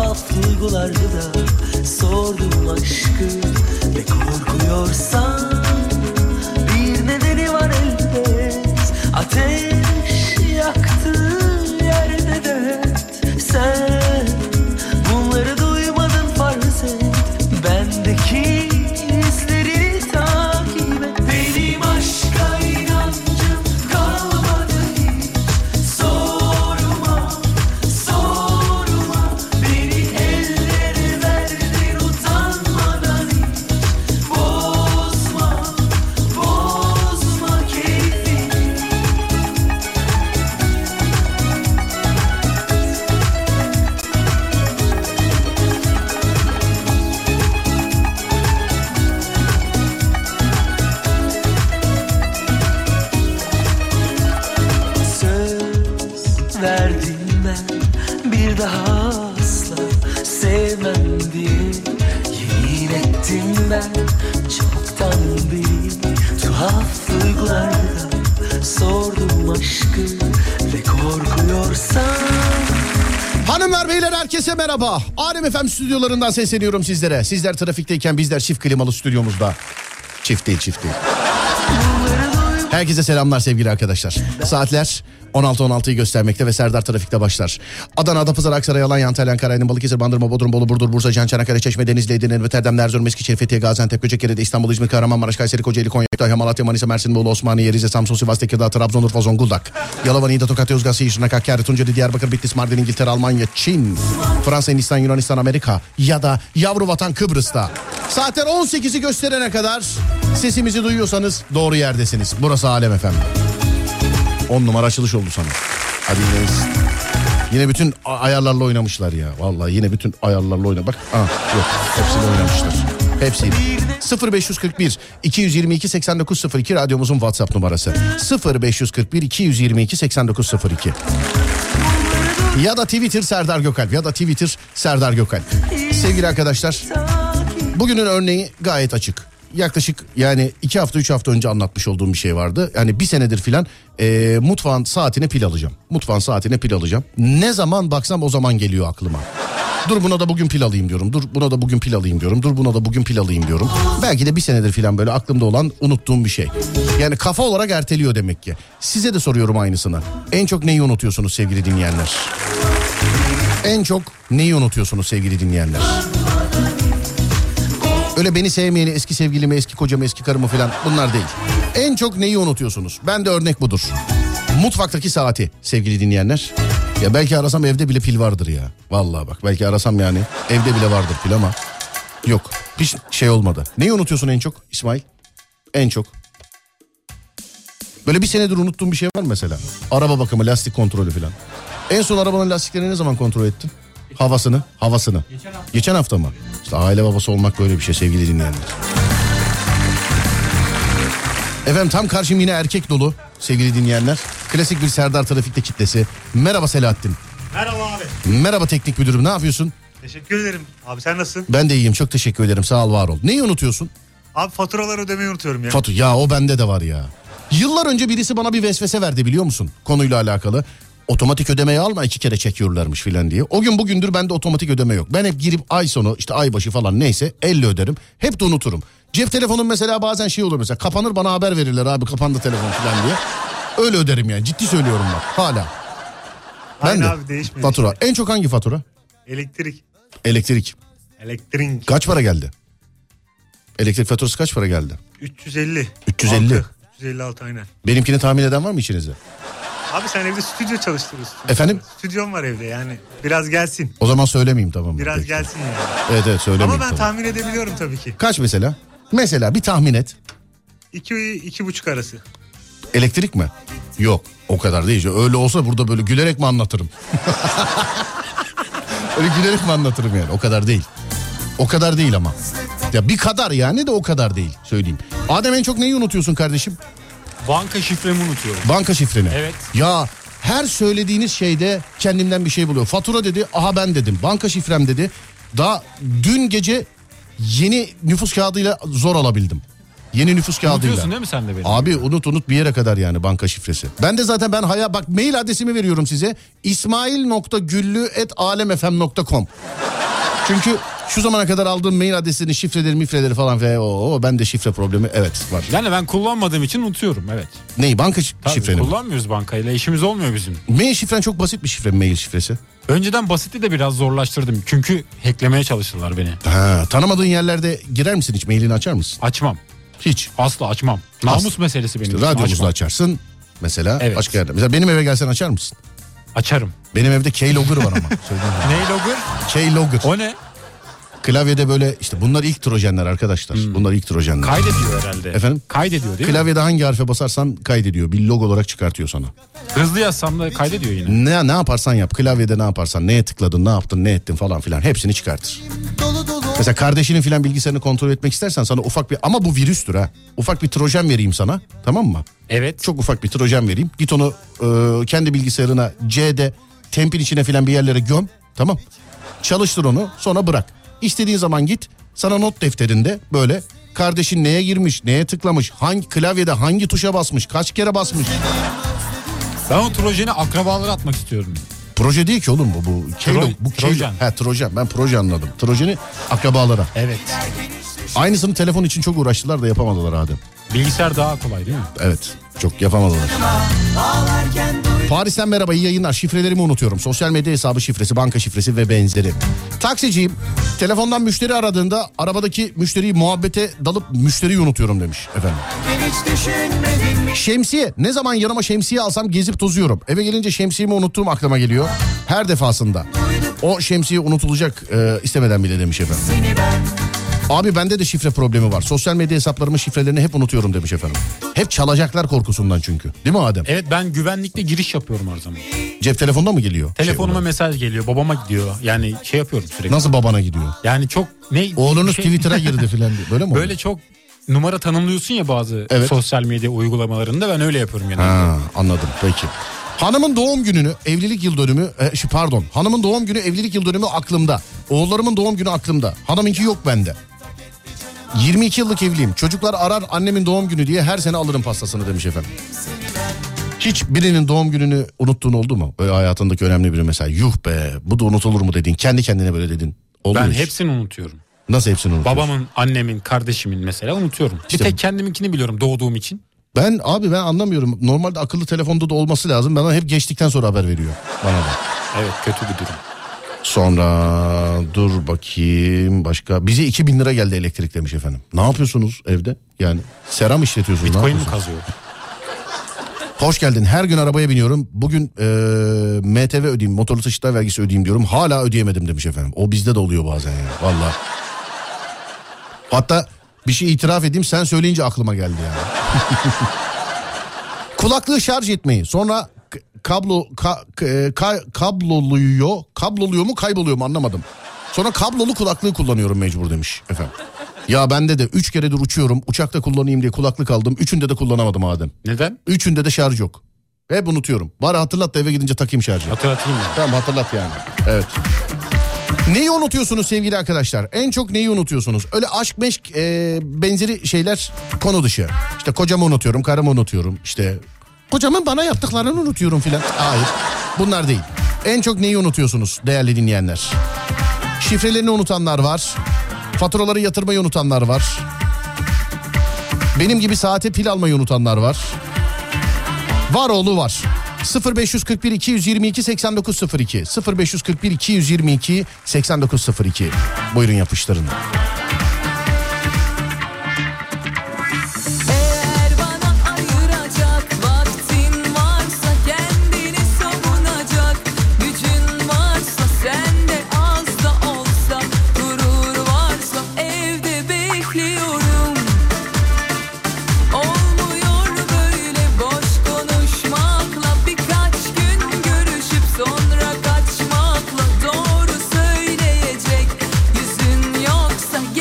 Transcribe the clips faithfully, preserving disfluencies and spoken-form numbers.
Tuhaf duygulardı da sordum aşkı ve korkuyorsan bir nedeni var elbet. Ateş yaktı yerde de sen bunları duymadın farz et. Bendeki izleri takip et. Benim aşka inancım kalmadı hiç. Sorma, sorma. Beni ellere verdin utanmadan hiç. Bozma, bozma keyfini. Söz verdim ben bir daha asla sevmem diye. Yemin ettim ben çoktan beri. Tuhaf duygularda sordum aşkı ve korkuyorsan. Hanımlar beyler herkese merhaba. Alem F M stüdyolarından sesleniyorum sizlere. Sizler trafikteyken bizler çift klimalı stüdyomuzda. Çift değil çift değil. Herkese selamlar sevgili arkadaşlar. Saatler on altı on altıyı göstermekte ve Serdar Trafik'te başlar. Adana, Adapazarı, Aksaray, Alanya, Antalya, Ankara, Balıkesir, Bandırma, Bodrum, Bolu, Burdur, Bursa, Can, Çanakkale, Çeşme, Denizli, Edirne, Rotterdam, Erzurum, Eskişehir, Fethiye, Gaziantep, Göcekere, İstanbul, İzmir, Kahramanmaraş, Kayseri, Kocaeli, Konya, Kütahya, Malatya, Manisa, Mersin, Bolu, Osmaniye, Rize, Samsun, Sivas, Tekirdağ, Trabzon, Urfa, Zonguldak, Yalova, Niğde, Tokat, Yozgat, Siirt, Hakkari, Tunceli, Diyarbakır, Bitlis, Mardin, İngiltere, Almanya, Çin, Fransa, Hindistan, Yunanistan, Amerika ya da yavru vatan Kıbrıs'ta. Saatler on sekizi gösterene kadar sesimizi duyuyorsanız doğru yerdesiniz. Burası Alem F M. on numara açılış oldu sana. Hadi yine, yine bütün ayarlarla oynamışlar ya. Vallahi yine bütün ayarlarla oynamışlar. Bak aa, yok hepsini oynamışlar. Hepsini. sıfır beş kırk bir iki yüz yirmi iki seksen dokuz sıfır iki radyomuzun WhatsApp numarası. sıfır beş kırk bir iki yüz yirmi iki seksen dokuz sıfır iki. Ya da Twitter Serdar Gökalp ya da Twitter Serdar Gökalp. Sevgili arkadaşlar, bugünün örneği gayet açık. Yaklaşık yani iki hafta üç hafta önce anlatmış olduğum bir şey vardı. Yani bir senedir filan e, mutfağın saatine pil alacağım. Mutfağın saatine pil alacağım. Ne zaman baksam o zaman geliyor aklıma. Dur buna da bugün pil alayım diyorum. Dur buna da bugün pil alayım diyorum. Dur buna da bugün pil alayım diyorum. Belki de bir senedir filan böyle aklımda olan unuttuğum bir şey. Yani kafa olarak erteliyor demek ki. Size de soruyorum aynısını. En çok neyi unutuyorsunuz sevgili dinleyenler? En çok neyi unutuyorsunuz sevgili dinleyenler? Öyle beni sevmeyeni, eski sevgilimi, eski kocamı, eski karımı falan bunlar değil. En çok neyi unutuyorsunuz? Ben de örnek budur. Mutfaktaki saati sevgili dinleyenler. Ya belki arasam evde bile pil vardır ya. Vallahi bak belki arasam yani evde bile vardır pil ama yok. Hiç şey olmadı. Neyi unutuyorsun en çok İsmail? En çok. Böyle bir senedir unuttuğum bir şey var mı mesela? Araba bakımı, lastik kontrolü falan. En son arabanın lastiklerini ne zaman kontrol ettin? Havasını, havasını. Geçen hafta. Geçen hafta mı? İşte aile babası olmak böyle bir şey sevgili dinleyenler. Efendim tam karşım yine erkek dolu sevgili dinleyenler. Klasik bir Serdar Trafik'te kitlesi. Merhaba Selahattin. Merhaba abi. Merhaba teknik müdürüm, ne yapıyorsun? Teşekkür ederim. Abi sen nasılsın? Ben de iyiyim, çok teşekkür ederim, sağ ol var ol. Neyi unutuyorsun? Abi faturaları ödemeyi unutuyorum ya. Fatu ya o bende de var ya. Yıllar önce birisi bana bir vesvese verdi biliyor musun? Konuyla alakalı. Otomatik ödemeyi alma, iki kere çekiyorlarmış filan diye. O gün bugündür bende otomatik ödeme yok. Ben hep girip ay sonu işte ay başı falan neyse elle öderim. Hep de unuturum. Cep telefonum mesela bazen şey olur mesela kapanır bana haber verirler abi kapandı telefon filan diye. Öyle öderim yani, ciddi söylüyorum bak hala. Ben de abi değişmiyor. Fatura. En çok hangi fatura? Elektrik. Elektrik. Elektrik. Kaç para geldi? Elektrik faturası kaç para geldi? üç yüz elli. üç yüz elli. altı. üç yüz elli altı aynen. Benimkini tahmin eden var mı içinizde? Abi sen evde stüdyo çalıştırıyorsun. Efendim? Stüdyon var evde yani. Biraz gelsin. O zaman söylemeyeyim tamam mı? Biraz Peki. gelsin yani. Evet evet söylemeyeyim. Ama ben tamam. tahmin edebiliyorum tabii ki. Kaç mesela? Mesela bir tahmin et. İki, iki buçuk arası. Elektrik mi? Yok o kadar değil. Öyle olsa burada böyle gülerek mi anlatırım? Öyle gülerek mi anlatırım yani, o kadar değil. O kadar değil ama. Ya bir kadar yani de o kadar değil söyleyeyim. Adem en çok neyi unutuyorsun kardeşim? Banka şifremi unutuyorum. Banka şifreni. Evet. Ya her söylediğiniz şeyde kendimden bir şey buluyor. Fatura dedi, aha ben dedim. Banka şifrem dedi. Daha dün gece yeni nüfus kağıdıyla zor alabildim. Yeni nüfus kağıdıyla. Unutuyorsun değil mi sen de beni? Abi unut unut bir yere kadar yani banka şifresi. Ben de zaten ben haya bak mail adresimi veriyorum size. ismail nokta güllü et alemfm nokta com. Çünkü şu zamana kadar aldığım mail adreslerinin şifreleri mifreleri falan ve o ben de şifre problemi evet var. Yani ben kullanmadığım için unutuyorum, evet. Neyi, banka Tabii, şifreni mi? kullanmıyoruz bankayla, işimiz olmuyor bizim. Mail şifren çok basit bir şifre mi, mail şifresi? Önceden basitti de biraz zorlaştırdım. Çünkü hacklemeye çalıştılar beni. Ha, tanımadığın yerlerde girer misin hiç, mailini açar mısın? Açmam. Hiç. Asla açmam. Namus Asla. meselesi benim İşte için. radyomuzu Açmam. açarsın mesela, Evet. başka yerde. Mesela benim eve gelsen açar mısın? Açarım. Benim evde keylogger var ama. Neylogger? Keylogger. O ne? Klavyede böyle işte bunlar ilk trojenler arkadaşlar. Hmm. Bunlar ilk trojenler. Kaydediyor herhalde. Efendim? Kaydediyor değil mi? Klavyede hangi harfe basarsan kaydediyor. Bir log olarak çıkartıyor sana. Hızlı yazsam da kaydediyor yine. Ne ne yaparsan yap. Klavyede ne yaparsan, neye tıkladın, ne yaptın, ne ettin falan filan hepsini çıkartır. Mesela kardeşinin filan bilgisayarını kontrol etmek istersen sana ufak bir, ama bu virüstür ha. Ufak bir trojen vereyim sana, tamam mı? Evet. Çok ufak bir trojen vereyim. Git onu e, kendi bilgisayarına C'de tempin içine filan bir yerlere göm, tamam. Çalıştır onu, sonra bırak. İstediğin zaman git, sana not defterinde böyle kardeşin neye girmiş, neye tıklamış, hangi klavyede hangi tuşa basmış, kaç kere basmış. Ben o trojeni akrabalara atmak istiyorum. Proje değil ki oğlum bu. Bu, Keylog, Tro- bu Trojan. He, Trojan. Ben proje anladım. Trojeni akrabalara. Evet. Aynısını telefon için çok uğraştılar da yapamadılar Adem. Bilgisayar daha kolay değil mi? Evet. Çok yapamadılar. Paris'ten merhaba, iyi yayınlar. Şifrelerimi unutuyorum. Sosyal medya hesabı şifresi, banka şifresi ve benzeri. Taksiciyim. Telefondan müşteri aradığında arabadaki müşteriyi muhabbete dalıp müşteriyi unutuyorum demiş efendim. Şemsiye. Ne zaman yanıma şemsiye alsam gezip tozuyorum. Eve gelince şemsiyemi unuttuğum aklıma geliyor. Her defasında. O şemsiye unutulacak e, istemeden bile demiş efendim. Abi bende de şifre problemi var. Sosyal medya hesaplarımın şifrelerini hep unutuyorum demiş efendim. Hep çalacaklar korkusundan çünkü. Değil mi Adem? Evet, ben güvenlikle giriş yapıyorum her zaman. Cep telefonda mı geliyor? Telefonuma Şey, mesaj geliyor, babama gidiyor. Yani şey yapıyorum sürekli. nasıl babana gidiyor? Yani çok ne? Oğlunuz şey- Twitter'a girdi filan diye. Böyle mi? Böyle oluyor? çok numara tanımlıyorsun ya bazı Evet. sosyal medya uygulamalarında, ben öyle yapıyorum genelde. Ha, anladım peki. Hanımın doğum gününü, evlilik yıl dönümü, e, şu pardon. Hanımın doğum günü, evlilik yıl dönümü aklımda. Oğullarımın doğum günü aklımda. Hanımınki yok bende. yirmi iki yıllık evliyim. Çocuklar arar annemin doğum günü diye, her sene alırım pastasını demiş efendim. Hiç birinin doğum gününü unuttuğun oldu mu? Böyle hayatındaki önemli biri mesela. Yuh be, bu da unutulur mu dedin. Kendi kendine böyle dedin. Oldu Ben mu hiç? hepsini unutuyorum. Nasıl hepsini unutuyorsun? Babamın, annemin, kardeşimin mesela unutuyorum. İşte- Bir tek kendiminkini biliyorum doğduğum için. Ben abi ben anlamıyorum. Normalde akıllı telefonda da olması lazım. Bana hep geçtikten sonra haber veriyor. Bana da. Evet, kötü bir durum. Sonra dur bakayım başka. Bize iki bin lira geldi elektrik demiş efendim. Ne yapıyorsunuz evde? Yani sera mı işletiyorsunuz? Ne Bitcoin mi yapıyorsunuz? kazıyor? Hoş geldin. Her gün arabaya biniyorum. Bugün e, M T V ödeyeyim, motorlu taşıtlar vergisi ödeyeyim diyorum. Hala ödeyemedim demiş efendim. O bizde de oluyor bazen ya. Vallahi. Hatta bir şey itiraf edeyim, sen söyleyince aklıma geldi yani. Kulaklığı şarj etmeyi, sonra k- kablo ka, k- ka, kabloluyor, kabloluyor mu kayboluyor mu anlamadım. Sonra kablolu kulaklığı kullanıyorum mecbur demiş efendim. Ya bende de üç keredir uçuyorum, uçakta kullanayım diye kulaklık aldım. Üçünde de kullanamadım Adem. Neden? Üçünde de şarj yok. Hep unutuyorum. Bari hatırlat da eve gidince takayım şarjı. Hatırlatayım ben. Tamam hatırlat yani. Evet. Neyi unutuyorsunuz sevgili arkadaşlar? En çok neyi unutuyorsunuz? Öyle aşk meşk e, benzeri şeyler konu dışı. İşte kocamı unutuyorum, karımı unutuyorum. İşte kocamın bana yaptıklarını unutuyorum filan. Hayır, bunlar değil. En çok neyi unutuyorsunuz değerli dinleyenler? Şifrelerini unutanlar var. Faturaları yatırmayı unutanlar var. Benim gibi saate pil almayı unutanlar var. Var oğlu var. sıfır beş kırk bir iki yüz yirmi iki seksen dokuz sıfır iki sıfır beş kırk bir iki yüz yirmi iki seksen dokuz sıfır iki. Buyurun yapıştırın. Eğer bana ayıracak vaktin varsa, kendini savunacak gücün varsa, sende az da olsa gurur varsa, evde bekliyorum. Olmuyor böyle boş konuşmakla, birkaç gün görüşüp sonra kaçmakla. Doğru söyleyecek yüzün yoksa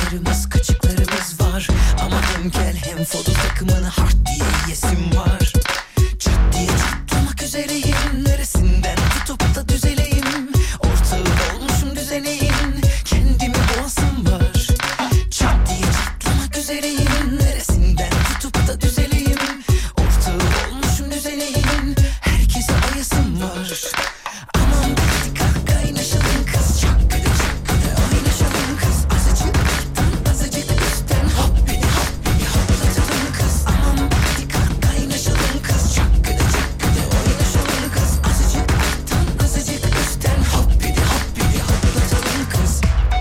Kırıklarımız kaçıklarımız var. Ama hem kel hem foto takımını hard diye yesim var. Çat diye çatlamak üzereyim. Neresinden tutup da düzeleyim. Ortağı olmuşum düzeneyim. Kendimi boğasım var. Çat diye çatlamak üzereyim. Neresinden tutup da düzeleyim. Ortağı olmuşum düzeneyim. Herkese ayasım var. Aman hadi kalk kaynaşalım kız. Çakkıdı çakkıdı oynaşalım kız. Azıcık alttan azıcık üstten hop beni hop beni hoplatalım kız. Aman hadi kalk kaynaşalım kız. Çakkıdı çakkıdı oynaşalım kız. Azıcık alttan azıcık üstten hop beni hop beni hoplatalım kız.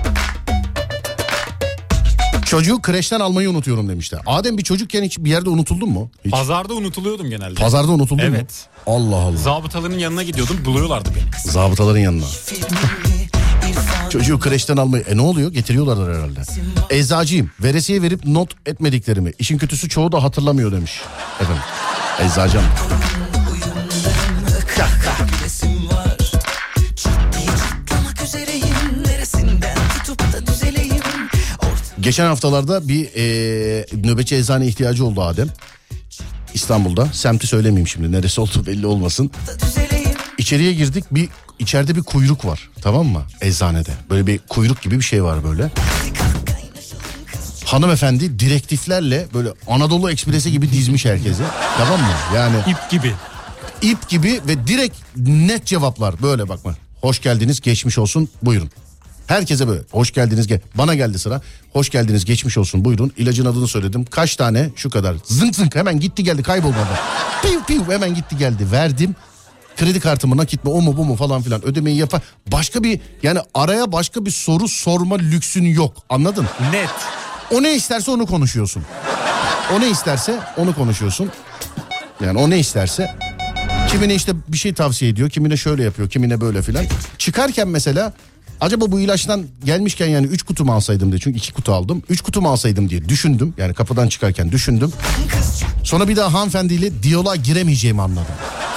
Çocuğu kreşten almayı unutuyorum demişler. Adem bir çocukken hiç bir yerde unutuldun mu? Hiç. Pazarda unutuluyordum genelde. Pazarda unutuldun mu? Evet. Allah Allah. Zabıtaların yanına gidiyordum, buluyorlardı beni. Zabıtaların yanına. Çocuğu kreşten almayı. E ne oluyor? Getiriyorlardır herhalde. Eczacıyım. Veresiye verip not etmediklerimi. İşin kötüsü çoğu da hatırlamıyor demiş. Efendim. Eczacım. Resim var. Çat diye çatlamak üzereyim. Neresinden tutup da düzeleyim. Geçen haftalarda bir e, nöbetçi eczane ihtiyacı oldu Adem. İstanbul'da. Semti söylemeyeyim şimdi. Neresi olduğu belli olmasın. İçeriye girdik. Bir içeride bir kuyruk var. Tamam mı? Eczanede. Böyle bir kuyruk gibi bir şey var böyle. Hanımefendi direktiflerle böyle Anadolu Ekspresi gibi dizmiş herkesi. Tamam mı? Yani İp gibi. ip gibi ve direkt net cevaplar. Böyle bakma. Hoş geldiniz, geçmiş olsun, buyurun. Herkese böyle. Hoş geldiniz. Ge- Bana geldi sıra. Hoş geldiniz, geçmiş olsun, buyurun. İlacın adını söyledim. Kaç tane? Şu kadar. Zınk zınk hemen gitti geldi, kaybolmadı. Piu piu hemen gitti geldi. Verdim. Kredi kartımı, nakit mi, o mu bu mu falan filan ödemeyi yapar. Başka bir yani araya başka bir soru sorma lüksün yok. Anladın? Net. O ne isterse onu konuşuyorsun. O ne isterse onu konuşuyorsun. Yani o ne isterse. Kimine işte bir şey tavsiye ediyor. Kimine şöyle yapıyor. Kimine böyle filan. Çıkarken mesela acaba bu ilaçtan gelmişken yani üç kutu mu alsaydım diye. Çünkü iki kutu aldım. Üç kutu mu alsaydım diye düşündüm. Yani kapıdan çıkarken düşündüm. Sonra bir daha hanımefendiyle diyaloğa giremeyeceğimi anladım.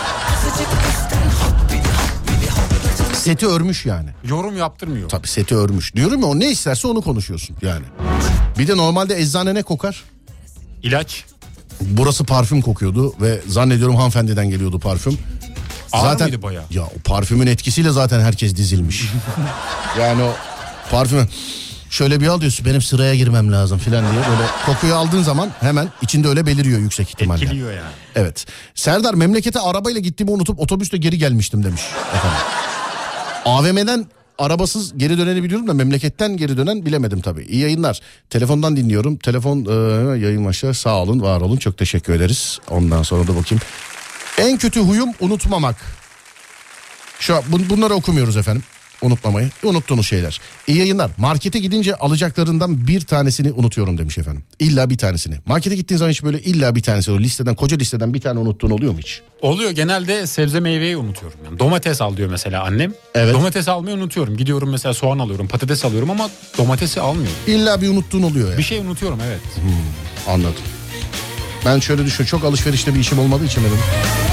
Seti örmüş yani. Yorum yaptırmıyor. Tabii seti örmüş. Diyorum ya o ne isterse onu konuşuyorsun yani. Bir de normalde eczane ne kokar? İlaç. Burası parfüm kokuyordu ve zannediyorum hanımefendiden geliyordu parfüm. Ağır Zaten mıydı bayağı? ya o parfümün etkisiyle zaten herkes dizilmiş. Yani o parfümü şöyle bir al diyorsun, benim sıraya girmem lazım filan diye böyle kokuyu aldığın zaman hemen içinde öyle beliriyor yüksek ihtimalle. Etkiliyor yani. Evet. Serdar, memlekete arabayla gittiğimi unutup otobüsle geri gelmiştim demiş efendim. A V M'den arabasız geri döneni biliyorum da memleketten geri dönen bilemedim tabii. İyi yayınlar. Telefondan dinliyorum. Telefon e, yayın başlar. Sağ olun, var olun. Çok teşekkür ederiz. Ondan sonra da bakayım. En kötü huyum unutmamak. Şu an bun, bunları okumuyoruz efendim. Unutmamayı. Unuttuğunuz şeyler. İyi yayınlar. Markete gidince alacaklarından bir tanesini unutuyorum demiş efendim. İlla bir tanesini. Markete gittiğin zaman hiç böyle illa bir tanesi o listeden, koca listeden bir tane unuttuğun oluyor mu hiç? Oluyor, genelde sebze meyveyi unutuyorum. Yani domates al diyor mesela annem. Evet. Domates almayı unutuyorum. Gidiyorum mesela soğan alıyorum, patates alıyorum ama domatesi almıyorum. İlla bir unuttuğun oluyor yani. Bir şey unutuyorum, evet. Hmm, anladım. Ben şöyle düşünüyorum. Çok alışverişte bir işim olmadığı için benim.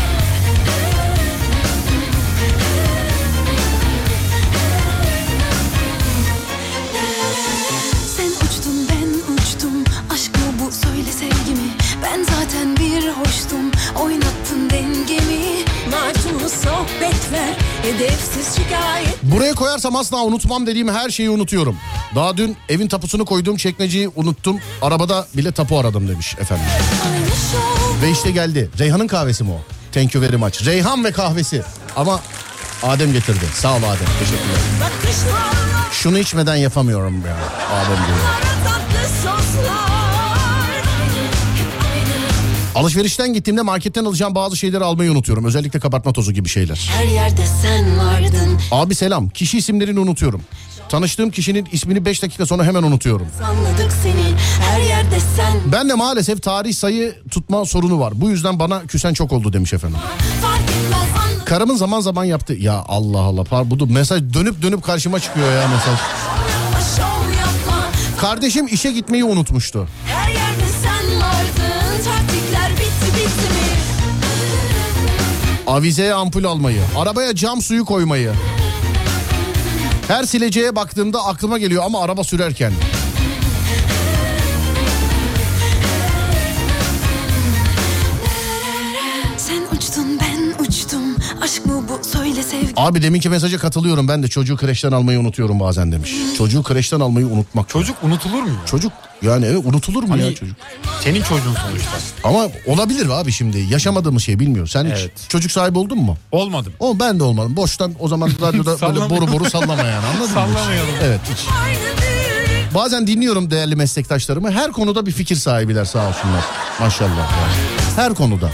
Sen uçtun ben uçtum, aşk mı bu söyle sevgimi. Ben zaten bir hoştum, oynattın dengemi. Macunlu sohbetler, edepsiz şikayet. Buraya koyarsam asla unutmam dediğim her şeyi unutuyorum. Daha dün evin tapusunu koyduğum çekmeceyi unuttum. Arabada bile tapu aradım demiş efendim. Aynı şov. Ve işte geldi. Reyhan'ın kahvesi mi o? Thank you very much. Reyhan ve kahvesi. Ama Adem getirdi. Sağ ol Adem. Teşekkürler. Bakışlarla Şunu içmeden yapamıyorum ya. Adem diyor. tatlı soslar. Alışverişten gittiğimde marketten alacağım bazı şeyleri almayı unutuyorum. Özellikle kabartma tozu gibi şeyler. Her yerde sen vardın. Abi selam. Kişi isimlerini unutuyorum. Tanıştığım kişinin ismini beş dakika sonra hemen unutuyorum. Anladık seni, her yerde sen. Ben de maalesef tarih sayı tutma sorunu var. Bu yüzden bana küsen çok oldu demiş efendim. Fark etmez anladık. Karımın zaman zaman yaptı. Ya Allah Allah. Par bu da mesaj dönüp dönüp karşıma çıkıyor ya mesaj. Şov yapma. Kardeşim işe gitmeyi unutmuştu. Her yerde sen vardın. Taktikler bitti bitti mi? Avizeye ampul almayı. Arabaya cam suyu koymayı. Her sileceğe baktığımda aklıma geliyor ama araba sürerken. sevgi. Abi deminki mesaja katılıyorum, ben de çocuğu kreşten almayı unutuyorum bazen demiş. Çocuğu kreşten almayı unutmak. Çocuk unutulur mu ya? Çocuk yani evet, unutulur mu Hani ya çocuk? Senin çocuğun sonuçta. Ama olabilir abi, şimdi yaşamadığımız şey bilmiyor. Sen hiç Evet. çocuk sahibi oldun mu? Olmadım. O ben de olmadım. Boştan o zaman radyoda böyle Sallamayalım. boru boru sallama yani, anladın mı? Sallamayalım. Evet hiç. Bazen dinliyorum değerli meslektaşlarımı. Her konuda bir fikir sahibiler sağ olsunlar. Maşallah. Yani. Her konuda.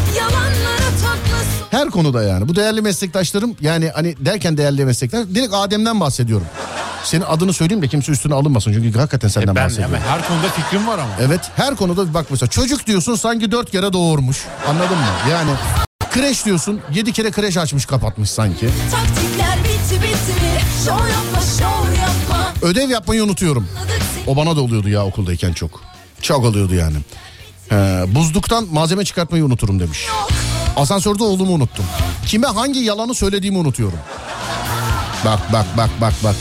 Her konuda yani. Bu değerli meslektaşlarım, yani hani derken değerli meslektaş, direkt Adem'den bahsediyorum. Senin adını söyleyeyim de kimse üstüne alınmasın. Çünkü hakikaten senden E ben bahsediyorum. ama her konuda fikrim var ama. Evet, her konuda bir bak mesela. Çocuk diyorsun sanki dört kere doğurmuş. Anladın mı? Yani kreş diyorsun yedi kere kreş açmış kapatmış sanki. Taktikler bitti bitti mi? Şov yapma şov yapma. Ödev yapmayı unutuyorum. O bana da oluyordu ya okuldayken çok. Çok oluyordu yani. Ee, buzluktan malzeme çıkartmayı unuturum demiş. Asansörde olduğumu unuttum. Kime hangi yalanı söylediğimi unutuyorum. Bak bak bak bak bak.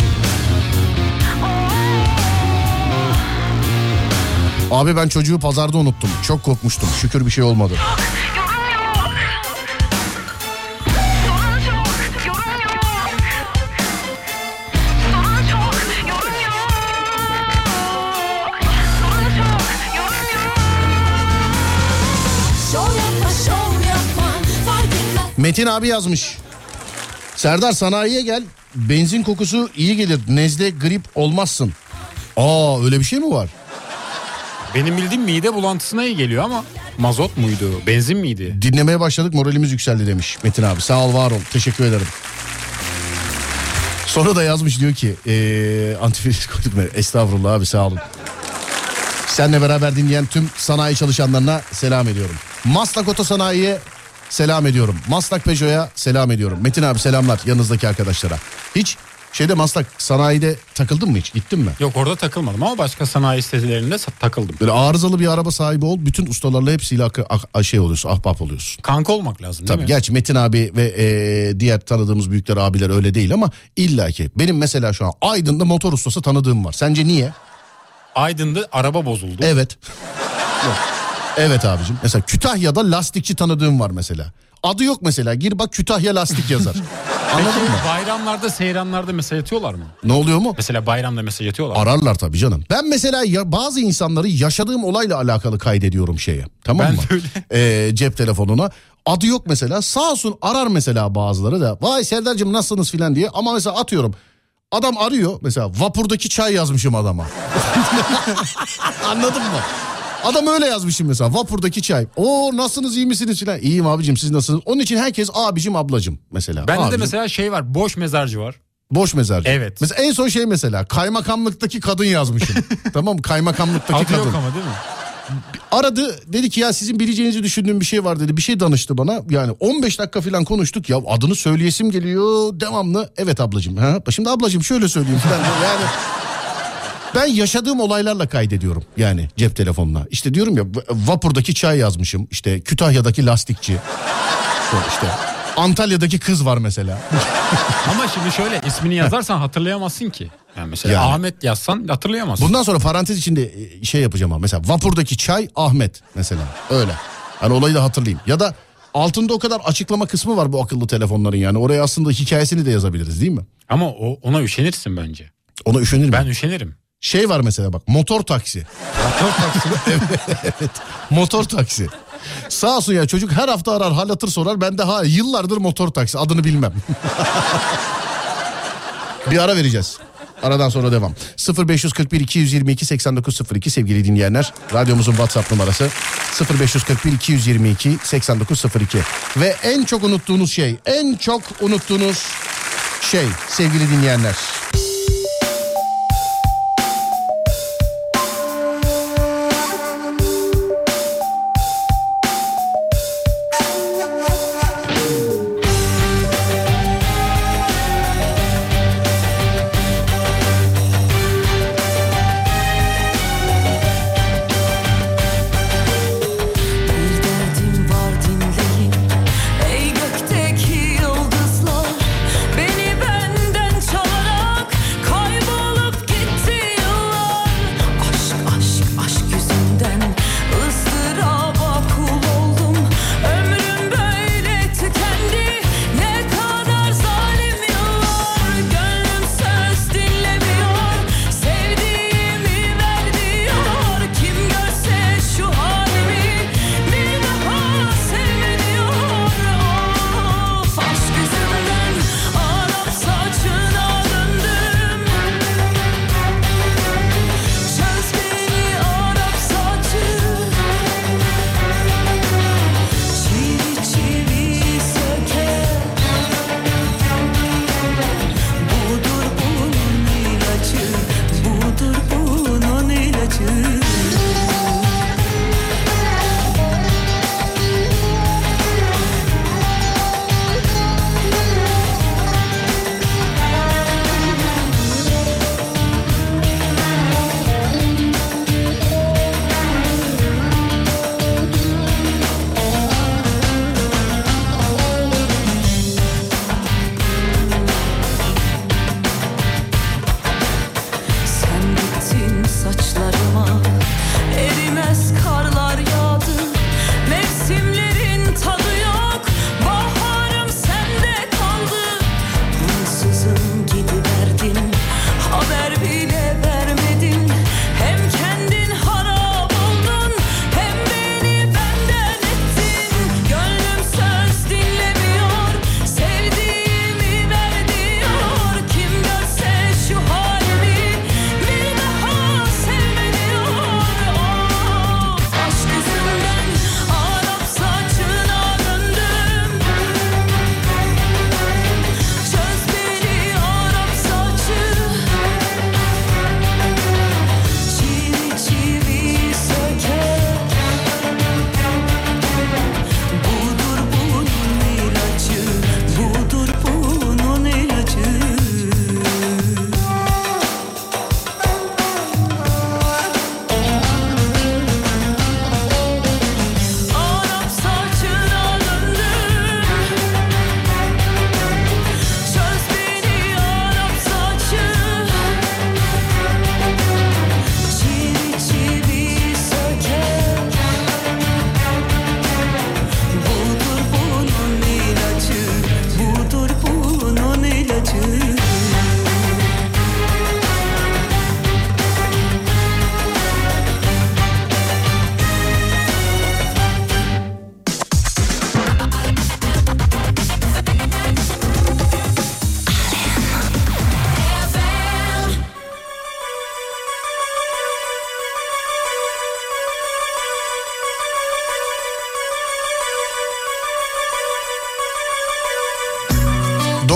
Abi ben çocuğu pazarda unuttum. Çok korkmuştum. Şükür bir şey olmadı. Metin abi yazmış. Serdar sanayiye gel. Benzin kokusu iyi gelir. Nezle, grip olmazsın. Aa öyle bir şey mi var? Benim bildiğim mide bulantısına iyi geliyor ama mazot muydu? Benzin miydi? Dinlemeye başladık, moralimiz yükseldi demiş Metin abi. Sağ ol, var ol. Teşekkür ederim. Sonra da yazmış, diyor ki ee, antifriz koyduk mu? Estağfurullah abi, sağ olun. Seninle beraber dinleyen tüm sanayi çalışanlarına selam ediyorum. Maslak Otosanayi'ye selam ediyorum. Maslak Peugeot'a selam ediyorum. Metin abi selamlar yanınızdaki arkadaşlara. Hiç şeyde Maslak sanayide takıldın mı hiç? Gittin mi? Yok, orada takılmadım ama başka sanayi sitelerinde takıldım. Böyle arızalı bir araba sahibi ol. Bütün ustalarla hepsiyle ak- ak- şey oluyorsun, ahbap oluyorsun. Kanka olmak lazım değil Tabii mi? gerçi Metin abi ve e, diğer tanıdığımız büyükler abiler öyle değil ama illaki. Benim mesela şu an Aydın'da motor ustası tanıdığım var. Sence niye? Aydın'da araba bozuldu. Evet. Evet abicim. Mesela Kütahya'da lastikçi tanıdığım var mesela. Adı yok mesela. Gir bak Kütahya lastik yazar. Anladın Peki mı? bayramlarda, seyranlarda mesaj atıyorlar mı? Ne oluyor mu? Mesela bayramda mesaj atıyorlar mı? Ararlar tabii canım. Ben mesela ya, bazı insanları yaşadığım olayla alakalı kaydediyorum şeye. Tamam Ben mı? de öyle. Ee, cep telefonuna. Adı yok mesela. Sağ olsun arar mesela bazıları da. Vay Serdar'cığım nasılsınız filan diye. Ama mesela atıyorum. Adam arıyor mesela, vapurdaki çay yazmışım adama. Anladın mı? Adam öyle yazmışım mesela, vapurdaki çay. Oo nasılsınız, iyi misiniz filan. İyiyim abicim, siz nasılsınız? Onun için herkes abicim ablacım mesela. Bende abicim. de mesela şey var, boş mezarcı var. Boş mezarcı. Evet. Mesela en son şey mesela kaymakamlıktaki kadın yazmışım. Tamam mı? Kaymakamlıktaki Adı kadın. yok ama değil mi? Aradı, dedi ki ya sizin bileceğinizi düşündüğüm bir şey var dedi. Bir şey danıştı bana. Yani on beş dakika falan konuştuk ya, adını söyleyesim geliyor devamlı. Evet ablacığım. Ha? Şimdi ablacığım şöyle söyleyeyim falan. Yani ben yaşadığım olaylarla kaydediyorum yani cep telefonuna. İşte diyorum ya, vapurdaki çay yazmışım. İşte Kütahya'daki lastikçi. İşte Antalya'daki kız var mesela. Ama şimdi şöyle, ismini yazarsan hatırlayamazsın ki. Yani mesela Yani. Ahmet yazsan hatırlayamazsın. Bundan sonra parantez içinde şey yapacağım ama mesela vapurdaki çay Ahmet mesela, öyle. Hani olayı da hatırlayayım. Ya da altında o kadar açıklama kısmı var bu akıllı telefonların, yani oraya aslında hikayesini de yazabiliriz değil mi? Ama o, ona üşenirsin bence. Ona üşenir mi? Ben üşenirim. Şey var mesela bak, motor taksi. Motor taksi. Evet, motor taksi. Sağ olsun ya, çocuk her hafta arar, hal hatır sorar. Ben de ha yıllardır motor taksi, adını bilmem. Bir ara vereceğiz. Aradan sonra devam. sıfır beş kırk bir iki yüz yirmi iki seksen dokuz sıfır iki sevgili dinleyenler. Radyomuzun WhatsApp numarası sıfır beş kırk bir iki yüz yirmi iki seksen dokuz sıfır iki. Ve en çok unuttuğunuz şey, en çok unuttuğunuz şey sevgili dinleyenler. Ey gökteki yıldızlar, beni benden çalarak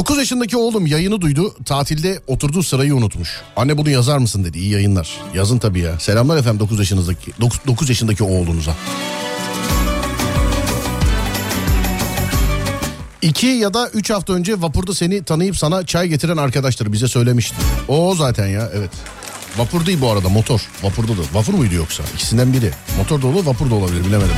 dokuz yaşındaki oğlum yayını duydu. Tatilde oturduğu sırayı unutmuş. Anne bunu yazar mısın dedi. İyi yayınlar. Yazın tabii ya. Selamlar efendim dokuz yaşınızdaki dokuz yaşındaki oğlunuza. İki ya da üç hafta önce vapurda seni tanıyıp sana çay getiren arkadaşları bize söylemişti. O zaten ya, evet. Vapur değil bu arada, motor. Vapurda da. Vapur muydu yoksa? İkisinden biri. Motor da olur, vapur da olabilir, bilemedim.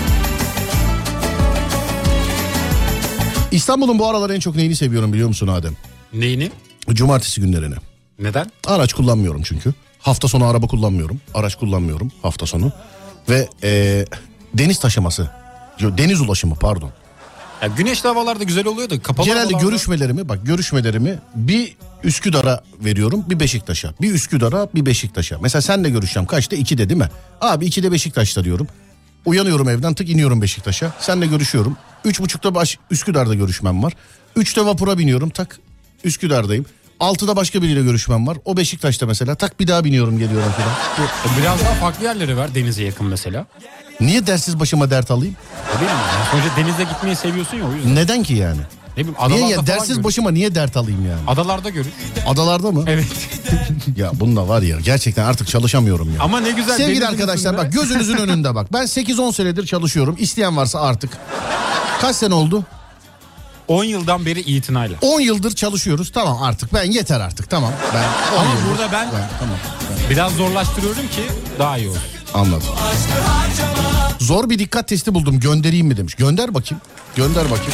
İstanbul'un bu aralar en çok neyini seviyorum biliyor musun Adem? Neyini? Cumartesi günlerini. Neden? Araç kullanmıyorum çünkü. Hafta sonu araba kullanmıyorum. Araç kullanmıyorum hafta sonu. Ve ee, deniz taşıması. Deniz ulaşımı pardon. Ya güneşli havalarda güzel oluyor da kapalı Genelde havalarda... görüşmelerimi bak görüşmelerimi bir Üsküdar'a veriyorum, bir Beşiktaş'a. Bir Üsküdar'a, bir Beşiktaş'a. Mesela senle görüşeceğim kaçta? ikide değil mi? Abi ikide Beşiktaş'ta diyorum. Uyanıyorum evden, tık iniyorum Beşiktaş'a. Seninle görüşüyorum. Üç buçukta baş Üsküdar'da görüşmem var. Üçte vapura biniyorum, tak Üsküdar'dayım. Altıda başka biriyle görüşmem var. O Beşiktaş'ta mesela, tak bir daha biniyorum geliyorum falan. Biraz daha farklı yerleri var denize yakın mesela. Niye dersiz başıma dert alayım? Değil mi? Yani sonuçta denize gitmeyi seviyorsun ya, o yüzden. Neden ki yani? Ne bileyim, adalarda niye ya, falan dersiz görüş. başıma niye dert alayım yani? Adalarda görüş. Adalarda mı? Evet. Ya bunda var ya, gerçekten artık çalışamıyorum ya. Ama ne güzel. Sevgili arkadaşlar bak, gözünüzün önünde bak. Ben sekiz on senedir çalışıyorum. İsteyen varsa artık. Kaç sene oldu? on yıldan beri itinayla. on yıldır çalışıyoruz. Tamam artık ben yeter artık tamam. Ben Ama yıldır, burada ben, ben tamam. Ben, biraz zorlaştırıyorum ki daha iyi olur. anladım. Zor bir dikkat testi buldum, göndereyim mi demiş. Gönder bakayım. Gönder bakayım.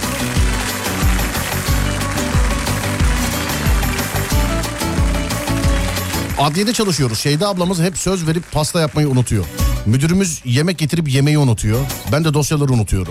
Adliyede çalışıyoruz. Şeyda ablamız hep söz verip pasta yapmayı unutuyor. Müdürümüz yemek getirip yemeği unutuyor. Ben de dosyaları unutuyorum.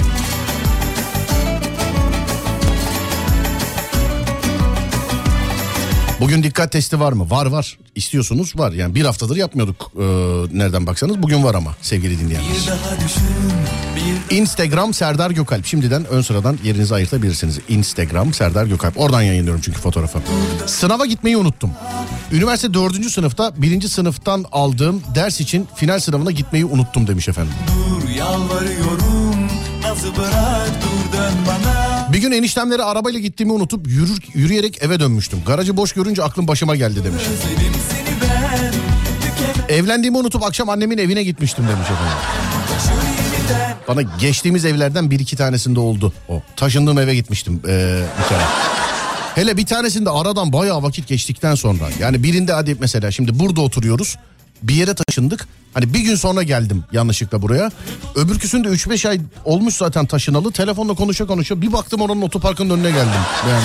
Bugün dikkat testi var mı? Var var. İstiyorsunuz var. Yani bir haftadır yapmıyorduk ee, nereden baksanız. Bugün var ama sevgili dinleyenler. Instagram Serdar Gökalp. Şimdiden ön sıradan yerinizi ayırtabilirsiniz. Instagram Serdar Gökalp. Oradan yayınlıyorum çünkü fotoğrafı. Sınava gitmeyi unuttum. Üniversite dördüncü sınıfta birinci sınıftan aldığım ders için final sınavına gitmeyi unuttum demiş efendim. Dur yalvarıyorum, nazı bırak, dur dön bana. Bir gün eniştemlere arabayla gittiğimi unutup yürür, yürüyerek eve dönmüştüm. Garajı boş görünce aklım başıma geldi demiş. Evlendiğimi unutup akşam annemin evine gitmiştim demiş efendim. Bana geçtiğimiz evlerden bir iki tanesinde oldu o. Taşındığım eve gitmiştim ee, bir kere. Hele bir tanesinde aradan bayağı vakit geçtikten sonra. Yani birinde hadi mesela şimdi burada oturuyoruz. Bir yere taşındık. Hani bir gün sonra geldim yanlışlıkla buraya. Öbürküsünde üç beş ay olmuş zaten taşınalı. Telefonla konuşa konuşa bir baktım oranın otoparkının önüne geldim. Yani.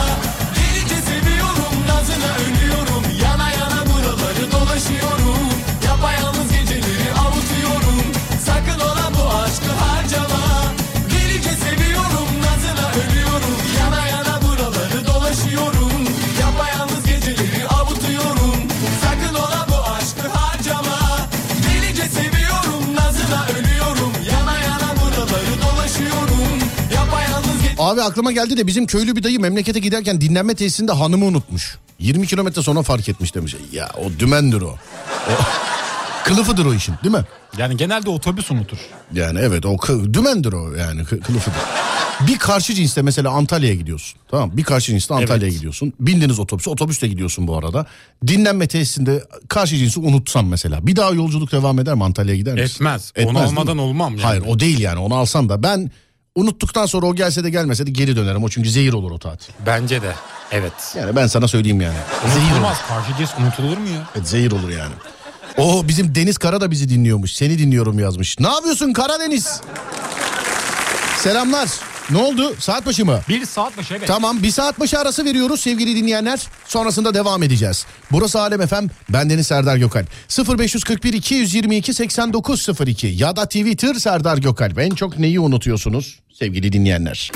Abi aklıma geldi de bizim köylü bir dayı memlekete giderken dinlenme tesisinde hanımı unutmuş. yirmi kilometre sonra fark etmiş demiş. Ya o dümendir o. o kılıfıdır o işin değil mi? Yani genelde otobüs unutur. Yani evet o kı, dümendir o yani kı, kılıfıdır. Bir karşı cinste mesela Antalya'ya gidiyorsun. Tamam, bir karşı cinste Antalya'ya evet. gidiyorsun. Bindiniz otobüse, otobüsle gidiyorsun bu arada. Dinlenme tesisinde karşı cinsi unutsan mesela. Bir daha yolculuk devam eder mi, Antalya'ya gider misin? Etmez. Etmez onu almadan olmam yani. Hayır o değil yani, onu alsan da ben unuttuktan sonra o gelse de gelmese de geri dönerim. O çünkü zehir olur o tatil. Bence de evet. Yani ben sana söyleyeyim yani. Unutulmaz, karşı cins unutulur mu ya? Evet, zehir olur yani. O bizim Deniz Kara da bizi dinliyormuş. Seni dinliyorum yazmış. Ne yapıyorsun Karadeniz? Selamlar. Ne oldu? Saat başı mı? Bir saat başı evet. Tamam, bir saat başı arası veriyoruz sevgili dinleyenler. Sonrasında devam edeceğiz. Burası Alem F M. Bendeniz Serdar Gökalp. sıfır beş kırk bir iki yüz yirmi iki seksen dokuz sıfır iki ya da Twitter Serdar Gökalp. En çok neyi unutuyorsunuz sevgili dinleyenler?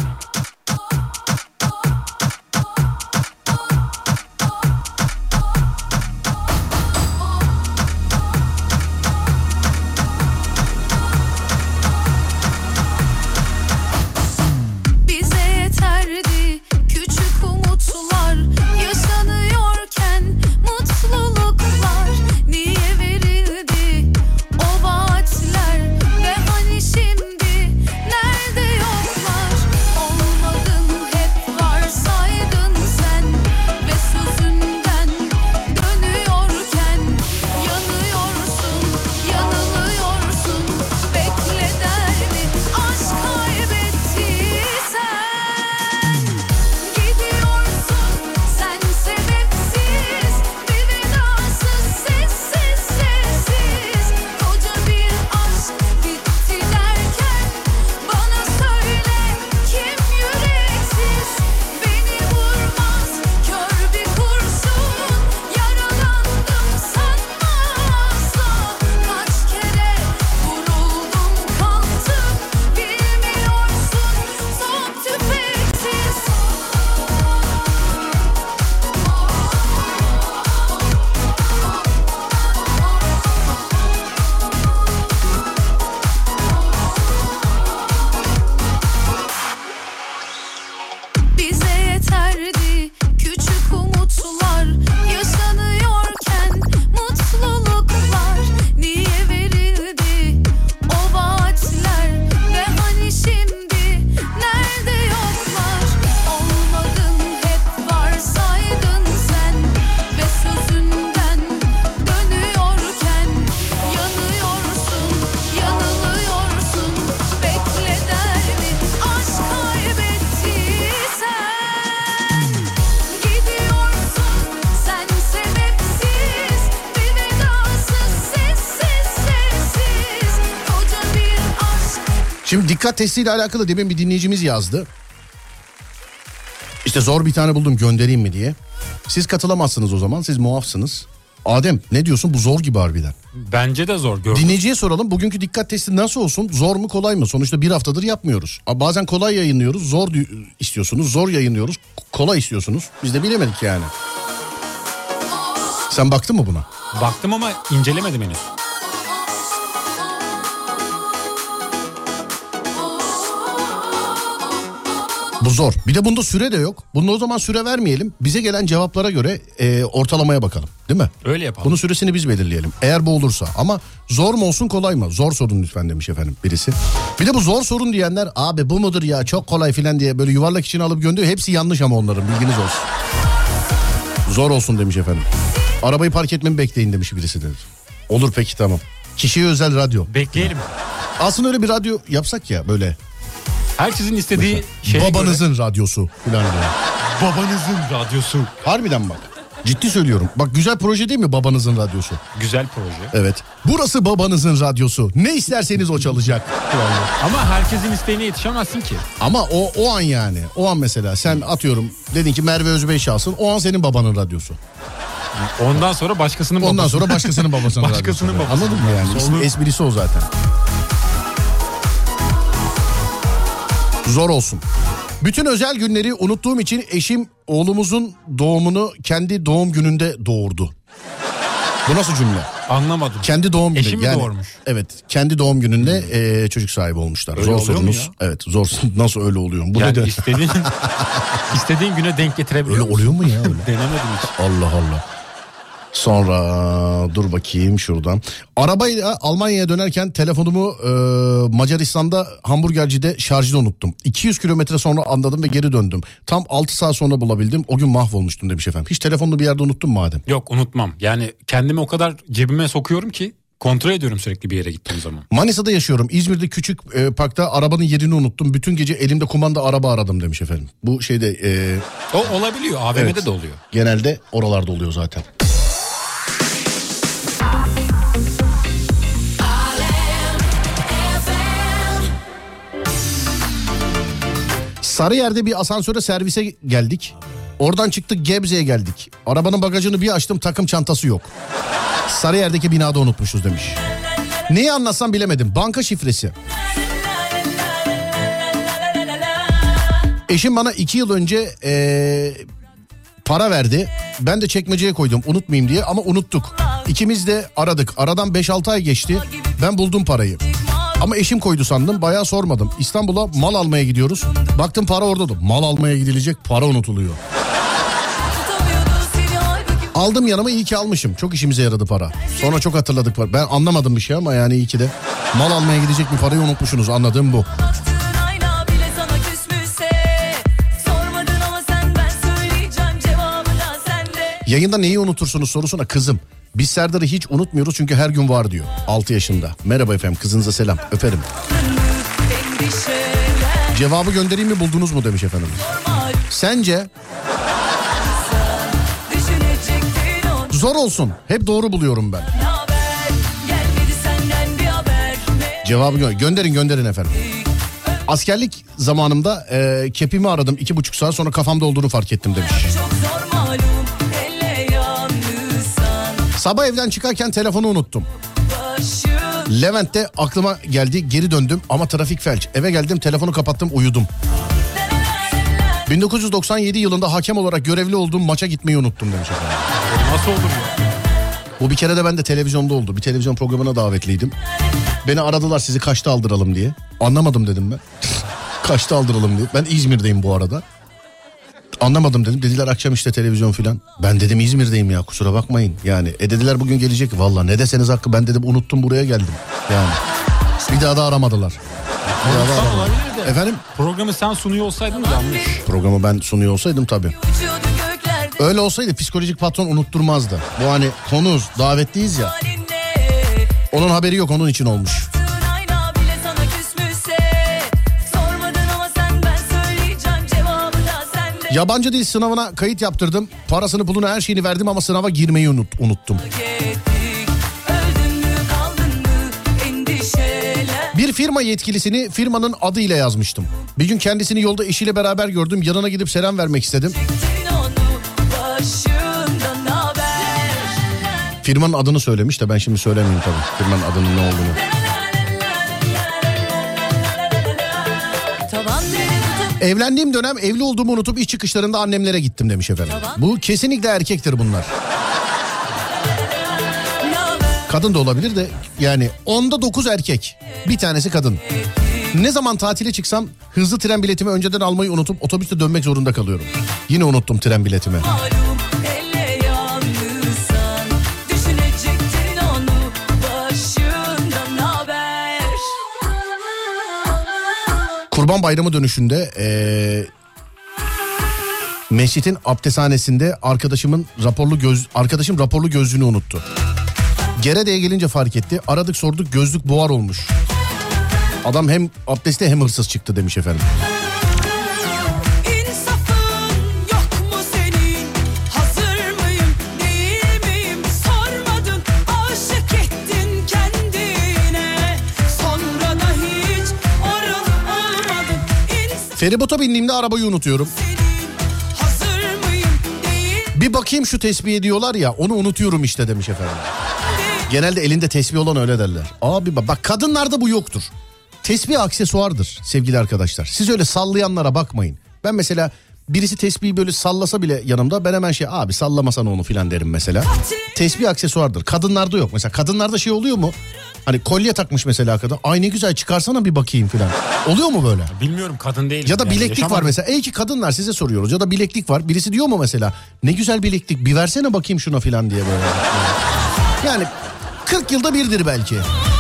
Şimdi dikkat testiyle alakalı demin bir dinleyicimiz yazdı. İşte zor bir tane buldum, göndereyim mi diye. Siz katılamazsınız o zaman, siz muafsınız. Adem ne diyorsun, bu zor gibi harbiden. Bence de zor. Gördüm. Dinleyiciye soralım, bugünkü dikkat testi nasıl olsun, zor mu kolay mı? Sonuçta bir haftadır yapmıyoruz. Bazen kolay yayınlıyoruz, zor istiyorsunuz, zor yayınlıyoruz, kolay istiyorsunuz. Biz de bilemedik yani. Sen baktın mı buna? Baktım ama incelemedim henüz. Bu zor. Bir de bunda süre de yok. Bunda o zaman süre vermeyelim. Bize gelen cevaplara göre e, ortalamaya bakalım. Değil mi? Öyle yapalım. Bunun süresini biz belirleyelim. Eğer bu olursa. Ama zor mu olsun kolay mı? Zor sorun lütfen demiş efendim birisi. Bir de bu zor sorun diyenler abi bu mudur ya çok kolay filan diye böyle yuvarlak için alıp gönderiyor. Hepsi yanlış ama onların, bilginiz olsun. Zor olsun demiş efendim. Arabayı park etmemi bekleyin demiş birisi de. Olur peki tamam. Kişiye özel radyo. Bekleyelim. Aslında öyle bir radyo yapsak ya böyle. Herkesin istediği şey. Babanızın göre... radyosu falan diye. Babanızın radyosu. Harbiden bak. Ciddi söylüyorum. Bak güzel proje değil mi babanızın radyosu? Güzel proje. Evet. Burası babanızın radyosu. Ne isterseniz o çalacak. Ama herkesin isteğine yetişemezsin ki. Ama o o an yani. O an mesela sen atıyorum dedin ki Merve Özbey çalsın. O an senin babanın radyosu. Ondan sonra başkasının babası. Ondan sonra başkasının babasının başkasının radyosu. babası. Anladın mı yani? Sonra... Esprisi o zaten. Zor olsun. Bütün özel günleri unuttuğum için eşim oğlumuzun doğumunu kendi doğum gününde doğurdu. Bu nasıl cümle? Anlamadım. Kendi doğum günü. Eşim mi yani, doğurmuş? Evet. Kendi doğum gününde e, çocuk sahibi olmuşlar. Öyle zor sorunuz. ya? Evet zor. Nasıl öyle oluyor? Bu yani neden? istediğin, istediğin güne denk getirebiliyor Öyle musun? oluyor mu ya? Öyle? Denemedim hiç. Allah Allah. Sonra dur bakayım şuradan. Arabayla Almanya'ya dönerken telefonumu e, Macaristan'da hamburgercide şarjda unuttum. iki yüz kilometre sonra anladım ve geri döndüm. Tam altı saat sonra bulabildim. O gün mahvolmuştum demiş efendim. Hiç telefonunu bir yerde unuttun mu Adem? Yok unutmam. Yani kendimi o kadar cebime sokuyorum ki kontrol ediyorum sürekli bir yere gittiğim zaman. Manisa'da yaşıyorum. İzmir'de küçük e, parkta arabanın yerini unuttum. Bütün gece elimde kumanda araba aradım demiş efendim. Bu şeyde... E, o olabiliyor. A V M'de evet, de oluyor. Genelde oralarda oluyor zaten. Sarıyer'de bir asansöre servise geldik. Oradan çıktık Gebze'ye geldik. Arabanın bagajını bir açtım takım çantası yok. Sarıyer'deki binada unutmuşuz demiş. Neyi anlatsam bilemedim. Banka şifresi. Eşim bana iki yıl önce ee, para verdi. Ben de çekmeceye koydum unutmayayım diye ama unuttuk. İkimiz de aradık. Aradan beş altı ay geçti. Ben buldum parayı. Ama eşim koydu sandım, bayağı sormadım. İstanbul'a mal almaya gidiyoruz. Baktım para orada da. Mal almaya gidilecek, para unutuluyor. Aldım yanıma, iyi ki almışım. Çok işimize yaradı para. Sonra çok hatırladık var. Ben anlamadım bir şey ama yani iyi ki de. Mal almaya gidecek bir parayı unutmuşsunuz, anladığım bu. Yayında neyi unutursunuz sorusuna kızım. Biz Serdar'ı hiç unutmuyoruz çünkü her gün var diyor. altı yaşında. Merhaba efendim, kızınıza selam, öperim. Cevabı göndereyim mi, buldunuz mu demiş efendim. Sence? Zor olsun. Hep doğru buluyorum ben. Cevabı gö- gönderin gönderin efendim. Askerlik zamanımda e, kepimi aradım. iki buçuk saat sonra kafamda olduğunu fark ettim demiş. Sabah evden çıkarken telefonu unuttum. Levent'te aklıma geldi, geri döndüm ama trafik felç. Eve geldim, telefonu kapattım, uyudum. bin dokuz yüz doksan yedi yılında hakem olarak görevli olduğum maça gitmeyi unuttum demiş efendim. Nasıl olur ya? Bu bir kere de ben de televizyonda oldu. Bir televizyon programına davetliydim. Beni aradılar, sizi kaçta aldıralım diye. Anlamadım dedim ben. Kaçta aldıralım diye. Ben İzmir'deyim bu arada. Anlamadım dedim. Dediler akşam işte televizyon filan. Ben dedim İzmir'deyim ya, kusura bakmayın. Yani e dediler bugün gelecek. Valla ne deseniz hakkı, ben dedim unuttum, buraya geldim. Yani bir daha da aramadılar. Bir daha da aramadılar. Efendim? Programı sen sunuyor olsaydın yanlış. Programı ben sunuyor olsaydım tabii. Öyle olsaydı psikolojik patron unutturmazdı. Bu hani konuz, davetliyiz ya. Onun haberi yok, onun için olmuş. Yabancı dil sınavına kayıt yaptırdım. Parasını, pulunu, her şeyini verdim ama sınava girmeyi unut, unuttum. Bir firma yetkilisini firmanın adıyla yazmıştım. Bir gün kendisini yolda eşiyle beraber gördüm. Yanına gidip selam vermek istedim. Firmanın adını söylemiş de ben şimdi söylemeyeyim tabii. Firmanın adının ne olduğunu. Evlendiğim dönem evli olduğumu unutup iş çıkışlarında annemlere gittim demiş efendim. Bu kesinlikle erkektir bunlar. Kadın da olabilir de yani onda dokuz erkek, bir tanesi kadın. Ne zaman tatile çıksam hızlı tren biletimi önceden almayı unutup otobüste dönmek zorunda kalıyorum. Yine unuttum tren biletimi. Kurban Bayramı dönüşünde ee, mescitin abdesthanesinde arkadaşımın raporlu göz arkadaşım raporlu gözlüğünü unuttu. Gerede'ye gelince fark etti. Aradık sorduk, gözlük buhar olmuş. Adam hem abdestte hem hırsız çıktı demiş efendim. Feribota bindiğimde arabayı unutuyorum. Bir bakayım şu tesbihe diyorlar ya, onu unutuyorum işte demiş efendim. Genelde elinde tesbih olan öyle derler. Abi bak, bak kadınlarda bu yoktur. Tesbih aksesuardır sevgili arkadaşlar. Siz öyle sallayanlara bakmayın. Ben mesela birisi tesbihi böyle sallasa bile yanımda ben hemen şey abi sallamasana onu filan derim mesela. Tesbih aksesuardır. Kadınlarda yok. Mesela kadınlarda şey oluyor mu? Hani kolye takmış mesela kadın. Ay ne güzel çıkarsana bir bakayım filan. Oluyor mu böyle? Bilmiyorum, kadın değilim. Ya da yani, bileklik yaşamadım. var mesela. Ey ki kadınlar, size soruyoruz. Ya da bileklik var. Birisi diyor mu mesela ne güzel bileklik bir versene bakayım şuna filan diye böyle. Yani kırk yılda birdir belki.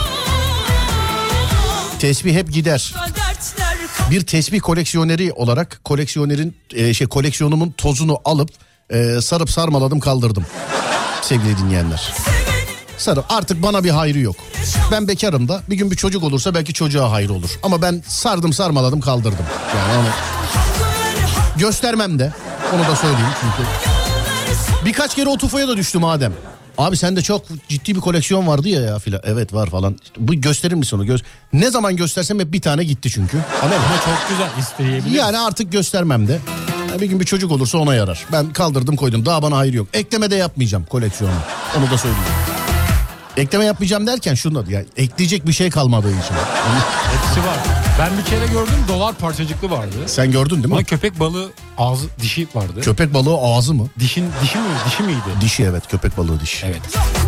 Tesbih hep gider. Bir tesbih koleksiyoneri olarak koleksiyonerin e, şey koleksiyonumun tozunu alıp e, sarıp sarmaladım kaldırdım. Sevgili dinleyenler. Sarıp artık bana bir hayrı yok. Ben bekarım da bir gün bir çocuk olursa belki çocuğa hayır olur. Ama ben sardım sarmaladım kaldırdım. Yani onu göstermem de, onu da söyleyeyim çünkü. Birkaç kere o tufaya da düştüm Adem. Abi sende çok ciddi bir koleksiyon vardı ya ya filan. Evet var falan. Bu gösterir misin onu? Göz... Ne zaman göstersem hep bir tane gitti çünkü. Ama çok güzel isteyebilirim. Yani artık göstermem de. Bir gün bir çocuk olursa ona yarar. Ben kaldırdım koydum. Daha bana hayır yok. Ekleme de yapmayacağım koleksiyonu. Onu da söyleyeyim. Ekleme yapmayacağım derken şunu da ya, ekleyecek bir şey kalmadığı için. Hepsi var. Ben bir kere gördüm, dolar parçacıklı vardı. Sen gördün değil mi? Ama köpek balığı ağzı dişi vardı. Köpek balığı ağzı mı? Dişin dişi mi? Dişi miydi? Dişi, evet, köpek balığı dişi. Evet.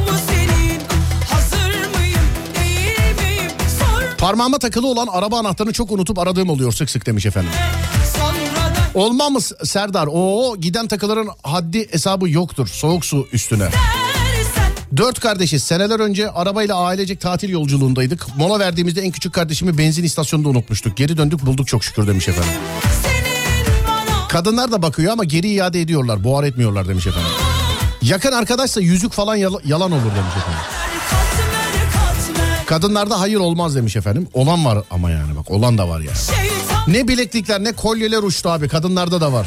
Parmağıma takılı olan araba anahtarını çok unutup aradığım oluyor sık sık demiş efendim. Olmaz mı Serdar? Oo, giden takıların haddi hesabı yoktur. Soğuk su üstüne. Dört kardeşiz. Seneler önce arabayla ailecek tatil yolculuğundaydık. Mola verdiğimizde en küçük kardeşimi benzin istasyonunda unutmuştuk. Geri döndük bulduk çok şükür demiş efendim. Kadınlar da bakıyor ama geri iade ediyorlar. Buhar etmiyorlar demiş efendim. Yakın arkadaşsa yüzük falan yal- yalan olur demiş efendim. Kadınlarda hayır olmaz demiş efendim. Olan var ama yani bak, olan da var yani. Ne bileklikler ne kolyeler uçtu abi, kadınlarda da var.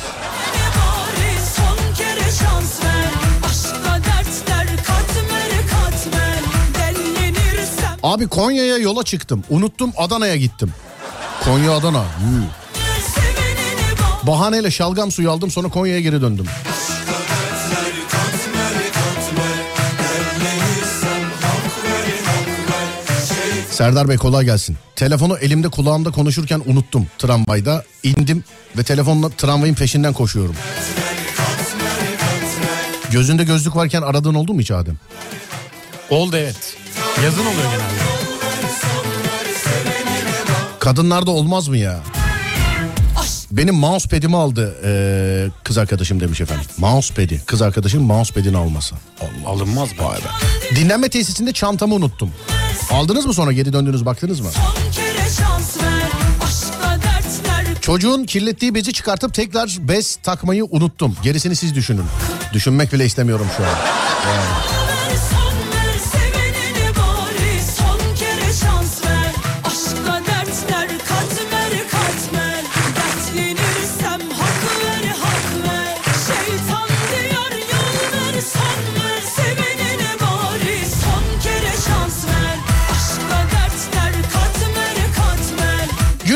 Abi Konya'ya yola çıktım. Unuttum, Adana'ya gittim. Konya Adana. Yuu. Bahaneyle şalgam suyu aldım, sonra Konya'ya geri döndüm. Serdar Bey kolay gelsin. Telefonu elimde kulağımda konuşurken unuttum tramvayda. İndim ve telefonla tramvayın peşinden koşuyorum. Gözünde gözlük varken aradığın oldu mu hiç Adem? Oldu, evet. Yazın oluyor genelde. Kadınlarda olmaz mı ya? Benim mousepad'imi aldı ee, kız arkadaşım demiş efendim. Mousepad'i, kız arkadaşım mousepad'ini alması. Allah, alınmaz mı? Vay be. Dinlenme tesisinde çantamı unuttum. Aldınız mı sonra, geri döndünüz baktınız mı? Çocuğun kirlettiği bezi çıkartıp tekrar bez takmayı unuttum. Gerisini siz düşünün. Düşünmek bile istemiyorum şu an. Yani.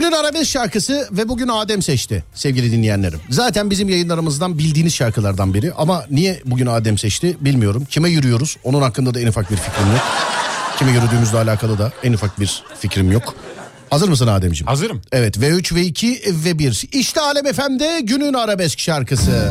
Günün arabesk şarkısı ve bugün Adem seçti sevgili dinleyenlerim. Zaten bizim yayınlarımızdan bildiğiniz şarkılardan biri ama niye bugün Adem seçti bilmiyorum. Kime yürüyoruz onun hakkında da en ufak bir fikrim yok. Kime yürüdüğümüzle alakalı da en ufak bir fikrim yok. Hazır mısın Ademciğim? Hazırım. Evet, V üç, V iki, V bir. İşte Alem F M'de günün arabesk şarkısı.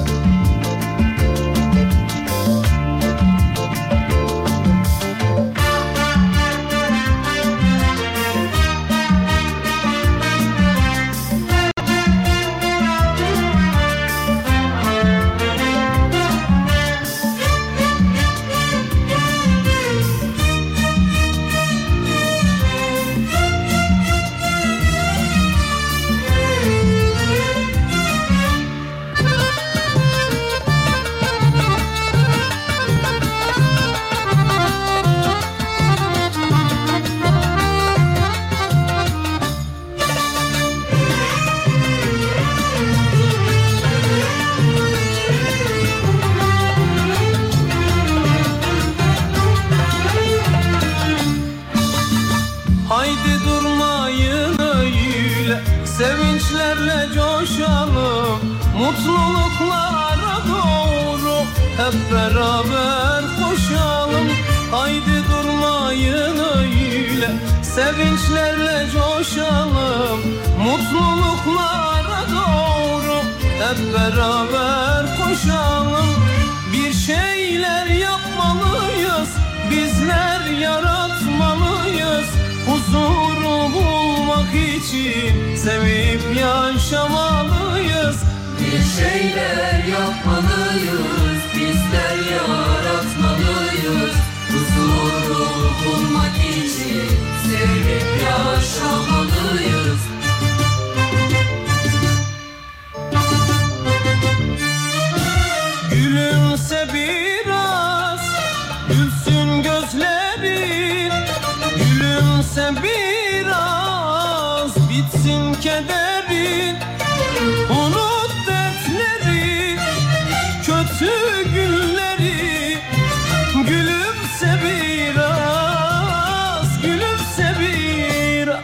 Mutluluklara doğru hep beraber koşalım. Haydi durmayın öyle, sevinçlerle coşalım. Mutluluklara doğru hep beraber koşalım. Bir şeyler yapmalıyız, bizler yaratmalıyız. Huzuru bulmak için sevip yaşamalıyız. Bir şeyler yapmalıyız, bizler yaratmalıyız. Huzuru bulmak için sevip yaşamalıyız. Gülümse biraz, gülsün gözlerin. Gülümse biraz, bitsin kederin. Unut dertleri, kötü günleri. Gülümse biraz, gülümse biraz.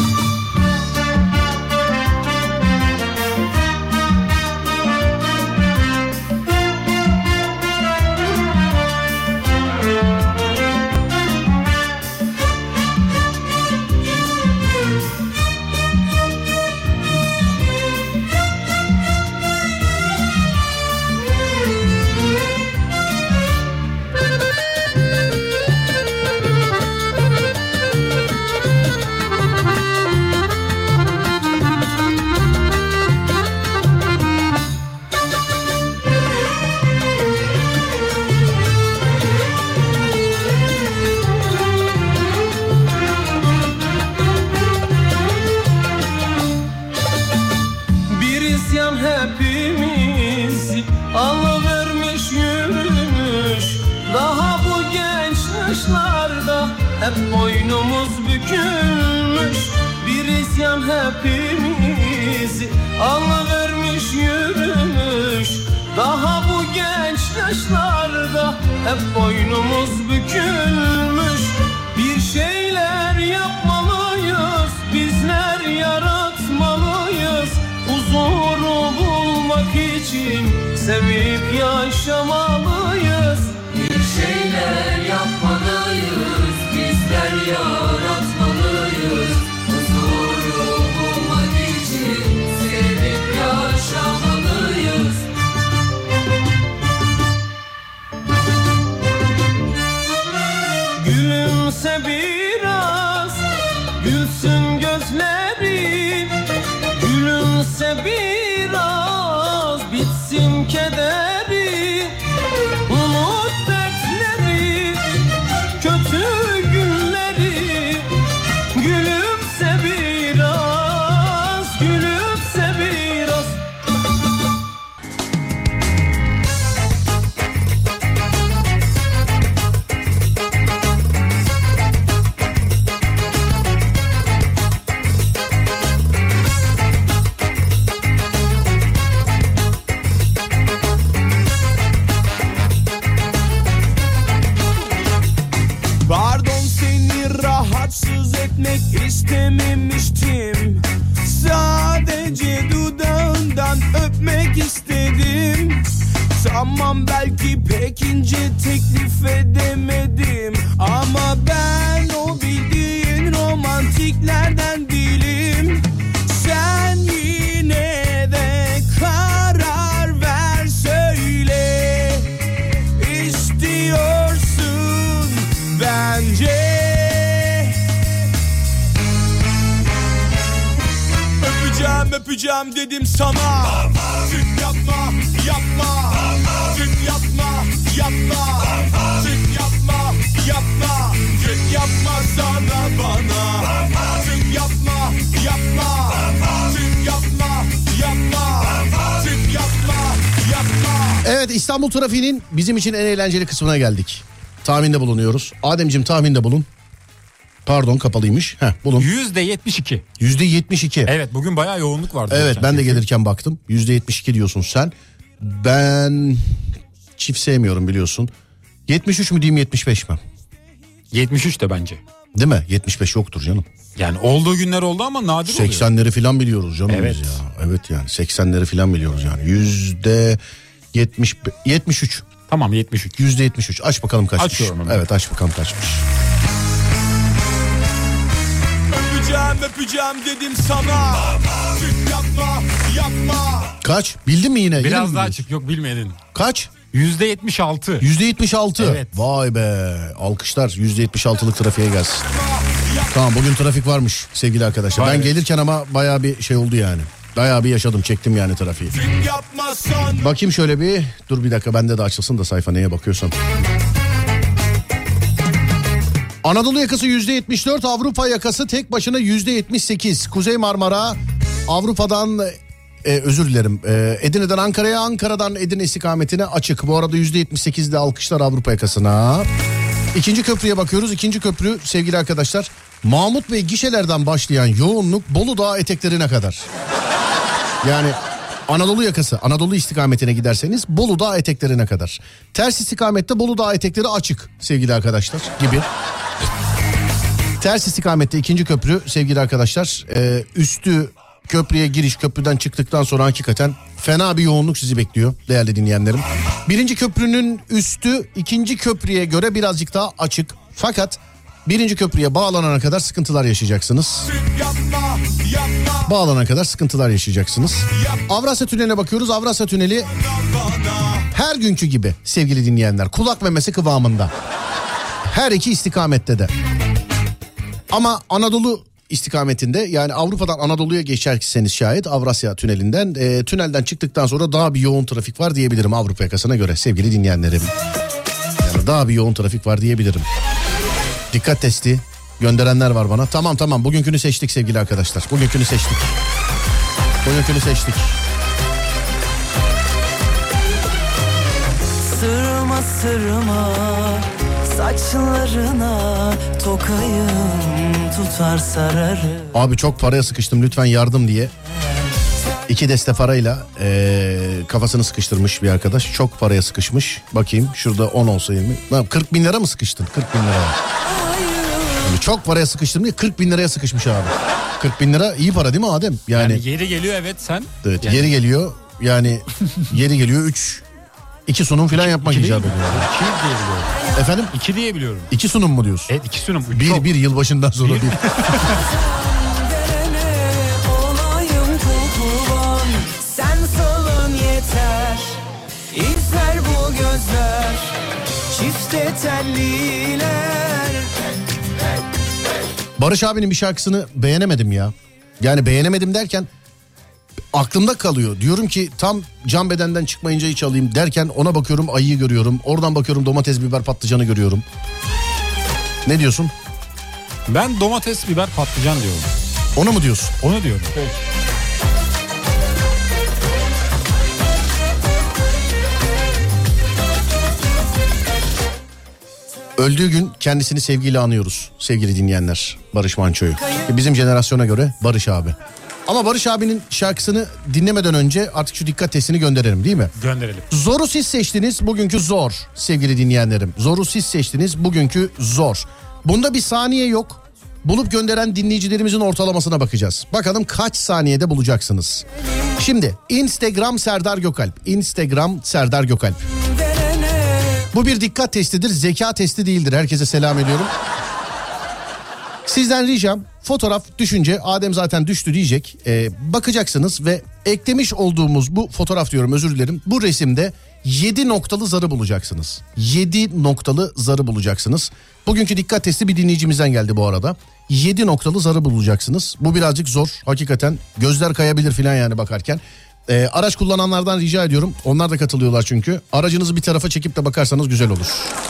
Hepimizi alıvermiş yürümüş. Daha bu genç yaşlarda hep boynumuz bükülmüş. Bir isyan hepimizi alıvermiş yürümüş. Daha bu genç yaşlarda hep boynumuz bükülmüş. Bir şeyler yapmalıyız, bizler yaratmalıyız. Huzuru bulmak için sevip yaşamalıyız. Bir şeyler yapmalıyız, bizler yaratmalıyız. Huzuru bulmak için sevip yaşamalıyız. Gülümse biraz, gülsün gözlerin. Gülümse biraz, bitsin kederin. Unut dertleri, kötü günleri. Gülümse biraz, gülümse biraz. Pardon, seni rahatsız etmek istememiştim. pek ince teklif edemedim. Ama ben o bildiğin romantiklerden değilim. Sen yine de karar ver, söyle. İstiyorsun bence. Öpeceğim öpeceğim dedim sana. Çık yapma yapma. Çık yapma yapma. Çık yapma yapma. Çık yapma sana bana. Çık yapma yapma. Çık yapma yapma. Çık yapma yapma. Evet, İstanbul trafiğinin bizim için en eğlenceli kısmına geldik. Tahminde bulunuyoruz. Ademciğim tahminde bulun. Pardon, kapalıymış. Heh, bulun. yüzde yetmiş iki. yüzde yetmiş iki. Evet, bugün bayağı yoğunluk vardı. Evet, ben de gelirken baktım. yüzde yetmiş iki diyorsun sen. Ben çift sevmiyorum biliyorsun. yetmiş üç mü diyeyim, yetmiş beş mi? yetmiş üç de bence. Değil mi? yetmiş beş yoktur canım. Yani olduğu günler oldu ama nadir oluyor. seksenleri falan biliyoruz canım Evet. biz ya. Evet yani seksenleri falan biliyoruz yani. Yüzde yetmiş, yetmiş üç. Tamam, yetmiş üç. Yüzde yetmiş üç. Aç bakalım kaçmış. Açıyorum hemen. Evet, aç bakalım kaçmış. Öpeceğim öpeceğim dedim sana. Çık yapma yapma. Kaç? Bildin mi yine? Yine Biraz mi daha bildin? çık, yok bilmedin. Kaç? yüzde yetmiş altı. yüzde yetmiş altı. Evet. Vay be. Alkışlar yüzde yetmiş altılık trafiğe gelsin. Tamam, bugün trafik varmış sevgili arkadaşlar. Var, ben evet. gelirken ama bayağı bir şey oldu yani. Bayağı bir yaşadım, çektim yani trafiği. Çık yapmasan. Bakayım şöyle bir. Dur bir dakika, bende de açılsın da sayfa, neye bakıyorsam. Anadolu yakası yüzde yetmiş dört, Avrupa yakası tek başına yüzde yetmiş sekiz. Kuzey Marmara Avrupa'dan e, özür dilerim e, Edirne'den Ankara'ya, Ankara'dan Edirne istikametine açık. Bu arada yüzde yetmiş sekizde alkışlar Avrupa yakasına. İkinci köprüye bakıyoruz. İkinci köprü sevgili arkadaşlar, Mahmut Bey gişelerden başlayan yoğunluk Bolu Dağı eteklerine kadar. Yani Anadolu yakası, Anadolu istikametine giderseniz Bolu Dağı eteklerine kadar. Ters istikamette Bolu Dağı etekleri açık sevgili arkadaşlar gibi. Ters istikamette ikinci köprü sevgili arkadaşlar, e, üstü köprüye giriş, köprüden çıktıktan sonra hakikaten fena bir yoğunluk sizi bekliyor değerli dinleyenlerim. Birinci köprünün üstü ikinci köprüye göre birazcık daha açık, fakat birinci köprüye bağlanana kadar sıkıntılar yaşayacaksınız. Yapma yapma. Bağlanana kadar sıkıntılar yaşayacaksınız. Avrasya Tüneli'ne bakıyoruz. Avrasya Tüneli her günkü gibi sevgili dinleyenler, kulak memesi kıvamında. Her iki istikamette de. Ama Anadolu istikametinde, yani Avrupa'dan Anadolu'ya geçerseniz şayet Avrasya Tüneli'nden, e, tünelden çıktıktan sonra daha bir yoğun trafik var diyebilirim Avrupa yakasına göre sevgili dinleyenlerim. Yani daha bir yoğun trafik var diyebilirim. Dikkat testi gönderenler var bana. Tamam tamam, bugünkünü seçtik sevgili arkadaşlar. Bugünkünü seçtik. Bugünkünü seçtik. Sırma sırma saçlarına tokayım tutar sararım. Abi çok paraya sıkıştım, lütfen yardım diye. İki deste parayla ee, kafasını sıkıştırmış bir arkadaş. Çok paraya sıkışmış. Bakayım şurada on olsa yirmi. Lan kırk bin lira mı sıkıştın? kırk bin lira. Yani çok paraya sıkıştım diye kırk bin liraya sıkışmış abi. kırk bin lira iyi para değil mi Adem? Yani, Yani yeri geliyor, evet sen. evet, yani, yeri geliyor. Yani yeri geliyor üç iki sunum falan yapmak iki icap değil ediyor. mi? İki diyebiliyorum. Efendim? İki diyebiliyorum. İki sunum mu diyorsun? Evet, iki sunum. Bir, Çok. bir yılbaşından sonra bir. Olayım kurban, sen salın yeter. İzler bu gözler, çifte telliler. Barış abinin bir şarkısını beğenemedim ya. Yani beğenemedim derken aklımda kalıyor. Diyorum ki tam can bedenden çıkmayınca hiç alayım derken ona bakıyorum, ayıyı görüyorum. Oradan bakıyorum, domates, biber, patlıcanı görüyorum. Ne diyorsun? Ben domates, biber, patlıcan diyorum. Onu mu diyorsun? Onu diyorum. Peki. Öldüğü gün kendisini sevgiyle anıyoruz sevgili dinleyenler, Barış Manço'yu. Bizim jenerasyona göre Barış abi. Ama Barış abinin şarkısını dinlemeden önce artık şu dikkat testini gönderelim değil mi? Gönderelim. Zoru siz seçtiniz, bugünkü zor sevgili dinleyenlerim. Zoru siz seçtiniz, bugünkü zor. Bunda bir saniye yok. Bulup gönderen dinleyicilerimizin ortalamasına bakacağız. Bakalım kaç saniyede bulacaksınız. Şimdi Instagram Serdar Gökalp. Instagram Serdar Gökalp. Bu bir dikkat testidir, zeka testi değildir. Herkese selam ediyorum. Sizden ricam, fotoğraf düşünce Adem zaten düştü diyecek. Ee, bakacaksınız ve eklemiş olduğumuz bu fotoğraf diyorum, özür dilerim. Bu resimde yedi noktalı zarı bulacaksınız. yedi noktalı zarı bulacaksınız. Bugünkü dikkat testi bir dinleyicimizden geldi bu arada. yedi noktalı zarı bulacaksınız. Bu birazcık zor hakikaten. Gözler kayabilir filan yani bakarken. Ee, araç kullananlardan rica ediyorum. Onlar da katılıyorlar çünkü. Aracınızı bir tarafa çekip de bakarsanız güzel olur.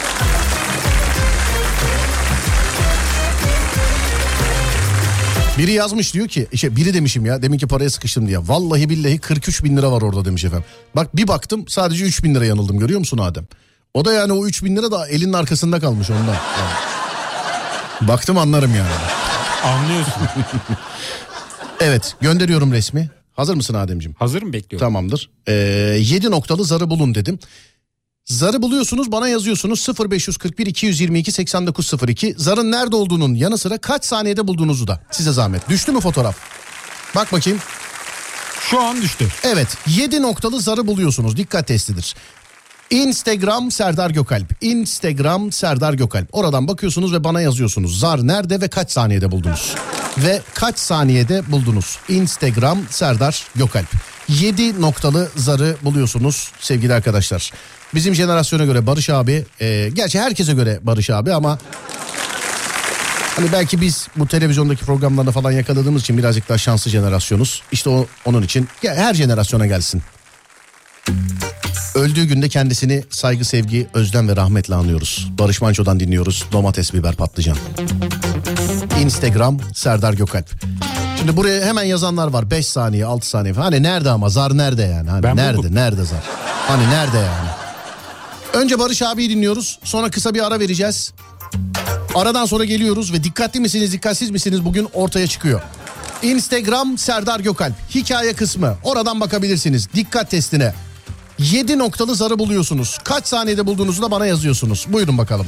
Biri yazmış, diyor ki, işte biri demişim ya, deminki paraya sıkıştım diye. Vallahi billahi kırk üç bin lira var orada demiş efendim. Bak bir baktım sadece üç bin lira yanıldım, görüyor musun Adem? O da yani o üç bin lira da elinin arkasında kalmış ondan. Yani. Baktım anlarım yani. Anlıyorsun. Evet, gönderiyorum resmi. Hazır mısın Ademciğim? Hazırım, bekliyorum. Tamamdır. Ee, yedi noktalı zarı bulun dedim. Zarı buluyorsunuz, bana yazıyorsunuz sıfır beş kırk bir iki yüz yirmi iki seksen dokuz sıfır iki. Zarın nerede olduğunun yanı sıra kaç saniyede bulduğunuzu da size zahmet. Düştü mü fotoğraf? Bak bakayım. Şu an düştü. Evet, yedi noktalı zarı buluyorsunuz. Dikkat testidir. Instagram Serdar Gökalp. Instagram Serdar Gökalp. Oradan bakıyorsunuz ve bana yazıyorsunuz. Zar nerede ve kaç saniyede buldunuz? Ve kaç saniyede buldunuz? Instagram Serdar Gökalp. yedi noktalı zarı buluyorsunuz sevgili arkadaşlar. Bizim jenerasyona göre Barış abi, e, gerçi herkese göre Barış abi ama hani belki biz bu televizyondaki programlarda falan yakaladığımız için birazcık daha şanslı jenerasyonuz. İşte o, onun için ya, her jenerasyona gelsin. Öldüğü günde kendisini saygı, sevgi, özlem ve rahmetle anıyoruz. Barış Manço'dan dinliyoruz. Domates, biber, patlıcan. Instagram Serdar Gökalp. Şimdi buraya hemen yazanlar var. beş saniye, altı saniye falan. Hani nerede ama? Zar nerede yani? Hani Ben nerede? buldum. Nerede zar? Hani nerede yani? Önce Barış abiyi dinliyoruz. Sonra kısa bir ara vereceğiz. Aradan sonra geliyoruz ve dikkatli misiniz, dikkatsiz misiniz bugün ortaya çıkıyor. Instagram Serdar Gökalp. Hikaye kısmı. Oradan bakabilirsiniz. Dikkat testine. yedi noktalı zarı buluyorsunuz. Kaç saniyede bulduğunuzu da bana yazıyorsunuz. Buyurun bakalım.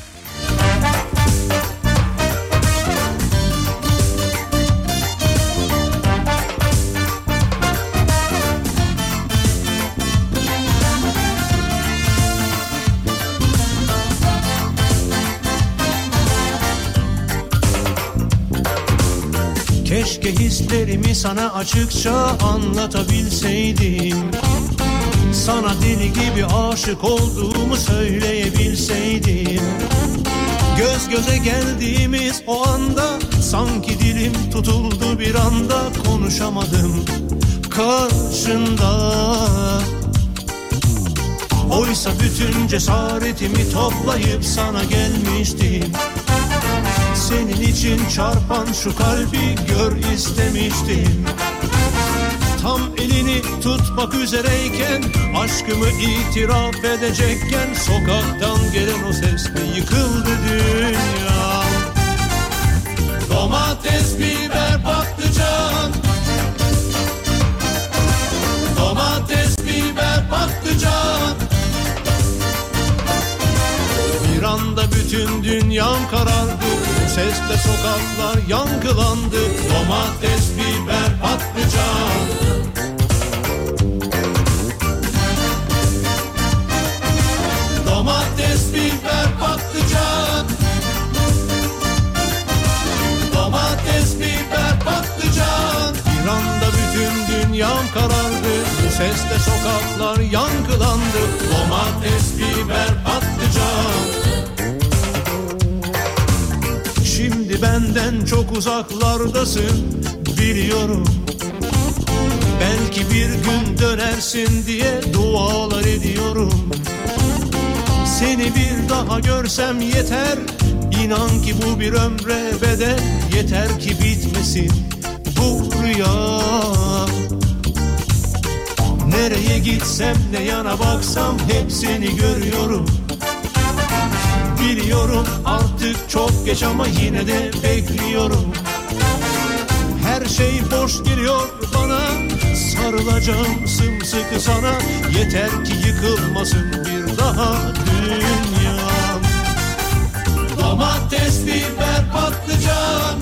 Keşke hislerimi sana açıkça anlatabilseydim. Sana deli gibi aşık olduğumu söyleyebilseydim. Göz göze geldiğimiz o anda sanki dilim tutuldu bir anda, konuşamadım karşında. Oysa bütün cesaretimi toplayıp sana gelmiştim. Senin için çarpan şu kalbi gör istemiştim. Tam elini tutmak üzereyken, aşkımı itiraf edecekken, sokaktan gelen o sesle yıkıldı dünya. Domates, biber, patlıcan. Domates, biber, patlıcan. Bir anda bütün dünyam karardı. Sesle sokaklar yankılandı. Domates, biber, patlıcan. Domates, biber, patlıcan. Domates, biber, patlıcan. Bir anda bütün dünyam karardı. Sesle sokaklar yankılandı. Domates, biber, patlıcan. Şimdi benden çok uzaklardasın biliyorum. Belki bir gün dönersin diye dualar ediyorum. Seni bir daha görsem yeter, İnan ki bu bir ömre bedel. Yeter ki bitmesin bu rüya. Nereye gitsem ne yana baksam hep seni görüyorum. Biliyorum artık çok geç ama yine de bekliyorum. Her şey boş geliyor bana, sarılacağım sımsıkı sana. Yeter ki yıkılmasın bir daha dünyam. Domates, biber, patlıcan.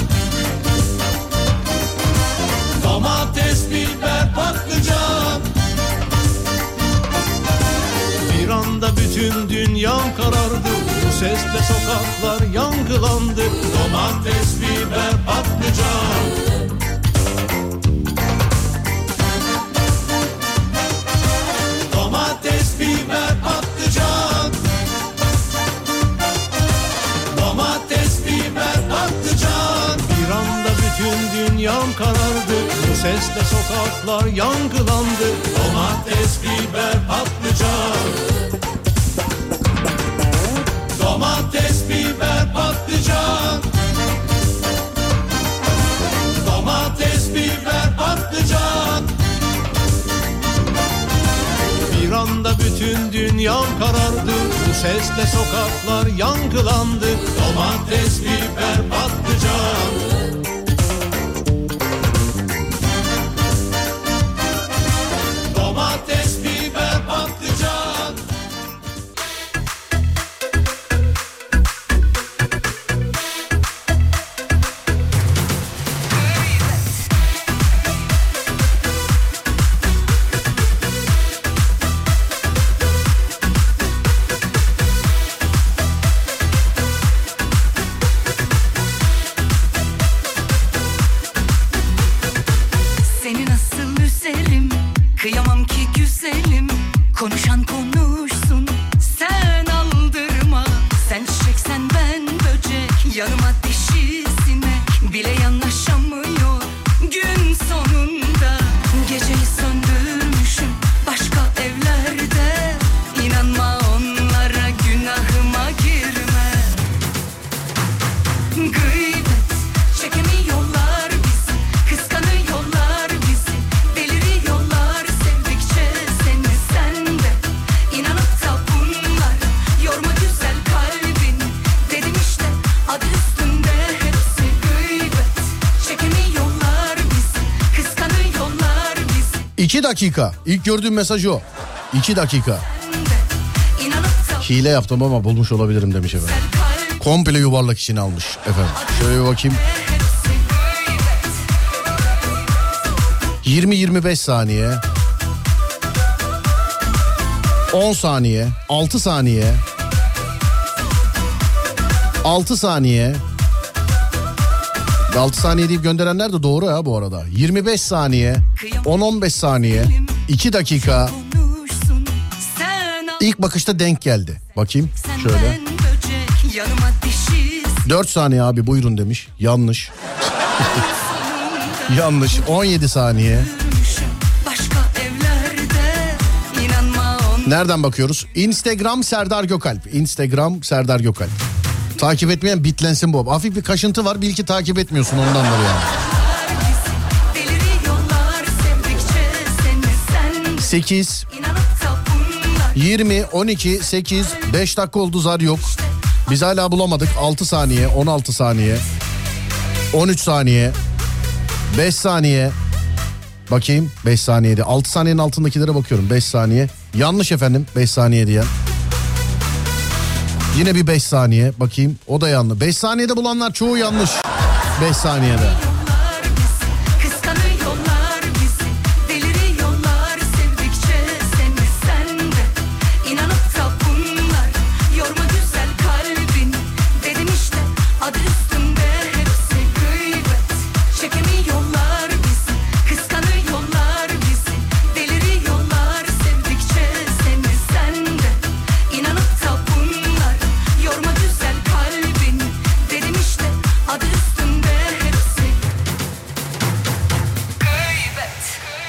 Domates, biber, patlıcan. Bir anda bütün dünya dünyam karardı. Bu sesle sokaklar yankılandı. Domates, biber, patlıcan. Domates, biber, patlıcan. Domates, biber, patlıcan. Bir anda bütün dünyam karardı. Bu sesle sokaklar yankılandı. Domates, biber, patlıcan. Domates, biber, patlıcan. Domates, biber, patlıcan. Bir anda bütün dünyam karardı. Bu sesle sokaklar yankılandı. Domates, biber, patlıcan. Domates, biber, patlıcan. Seni nasıl üzerim, kıyamam ki güzelim. Konuşan konuşsun, sen aldırma. Sen çiçeksen ben böcek, yanıma dişi sinek. Bile yanaşamıyor gün sonunda. Geceyi söndürmüşüm başka evlerde. İnanma onlara, günahıma girme. Gıybet çekemiyorlar bizi, kıskanıyorlar bizi, deliriyorlar sevdikçe seni sen de. İnanıp da bunlar yorma güzel kalbini. Dedim işte adı üstünde hepsi gıybet. Çekemiyorlar bizi, kıskanıyorlar bizi. İki dakika. İlk gördüğüm mesaj o. İki dakika. İnanıp da Hile yaptım ama bulmuş olabilirim demiş efendim. kalbini. Komple yuvarlak için almış efendim. Şöyle bir bakayım. Hepsi gıybet. yirmi yirmi beş saniye. on saniye. altı saniye. altı saniye. altı saniye deyip gönderenler de doğru ya bu arada. yirmi beş saniye. on on beş saniye. iki dakika. Konuşsun, sen al- İlk bakışta denk geldi. Bakayım Sen şöyle. ben böcek, yanıma dişi dört saniye abi buyurun demiş. Yanlış. Yanlış. on yedi saniye. sürmüşüm başka evlerde. İnanma on. Nereden bakıyoruz? Instagram Serdar Gökalp. Instagram Serdar Gökalp. Takip etmeyen bitlensin bu. Hafif bir kaşıntı var. Bil ki takip etmiyorsun ondandır yani. Deliriyorlar sevdikçe seni sen. sekiz, İnanıp da bunlar yirmi, on iki, sekiz, beş dakika oldu zar yok. Biz hala bulamadık. altı saniye, on altı saniye, on üç saniye, beş saniye. Bakayım beş saniyede. altı saniyenin altındakilere bakıyorum. beş saniye. Yanlış efendim beş saniye diyen. Yine bir beş saniye. Bakayım o da yanlış. beş saniyede bulanlar çoğu yanlış. beş saniyede. Yollar bizi, kıskanıyorlar bizi, deliriyorlar sevdikçe seni sen de. İnanıp da bunlar yorma güzel kalbini. Dedim işte adı üstünde hepsi gıybet. Çekemiyorlar bizi, kıskanıyorlar bizi, deliriyorlar sevdikçe seni sen de. İnanıp da bunlar yorma güzel kalbini. Dedim işte adı üstünde hepsi gıybet.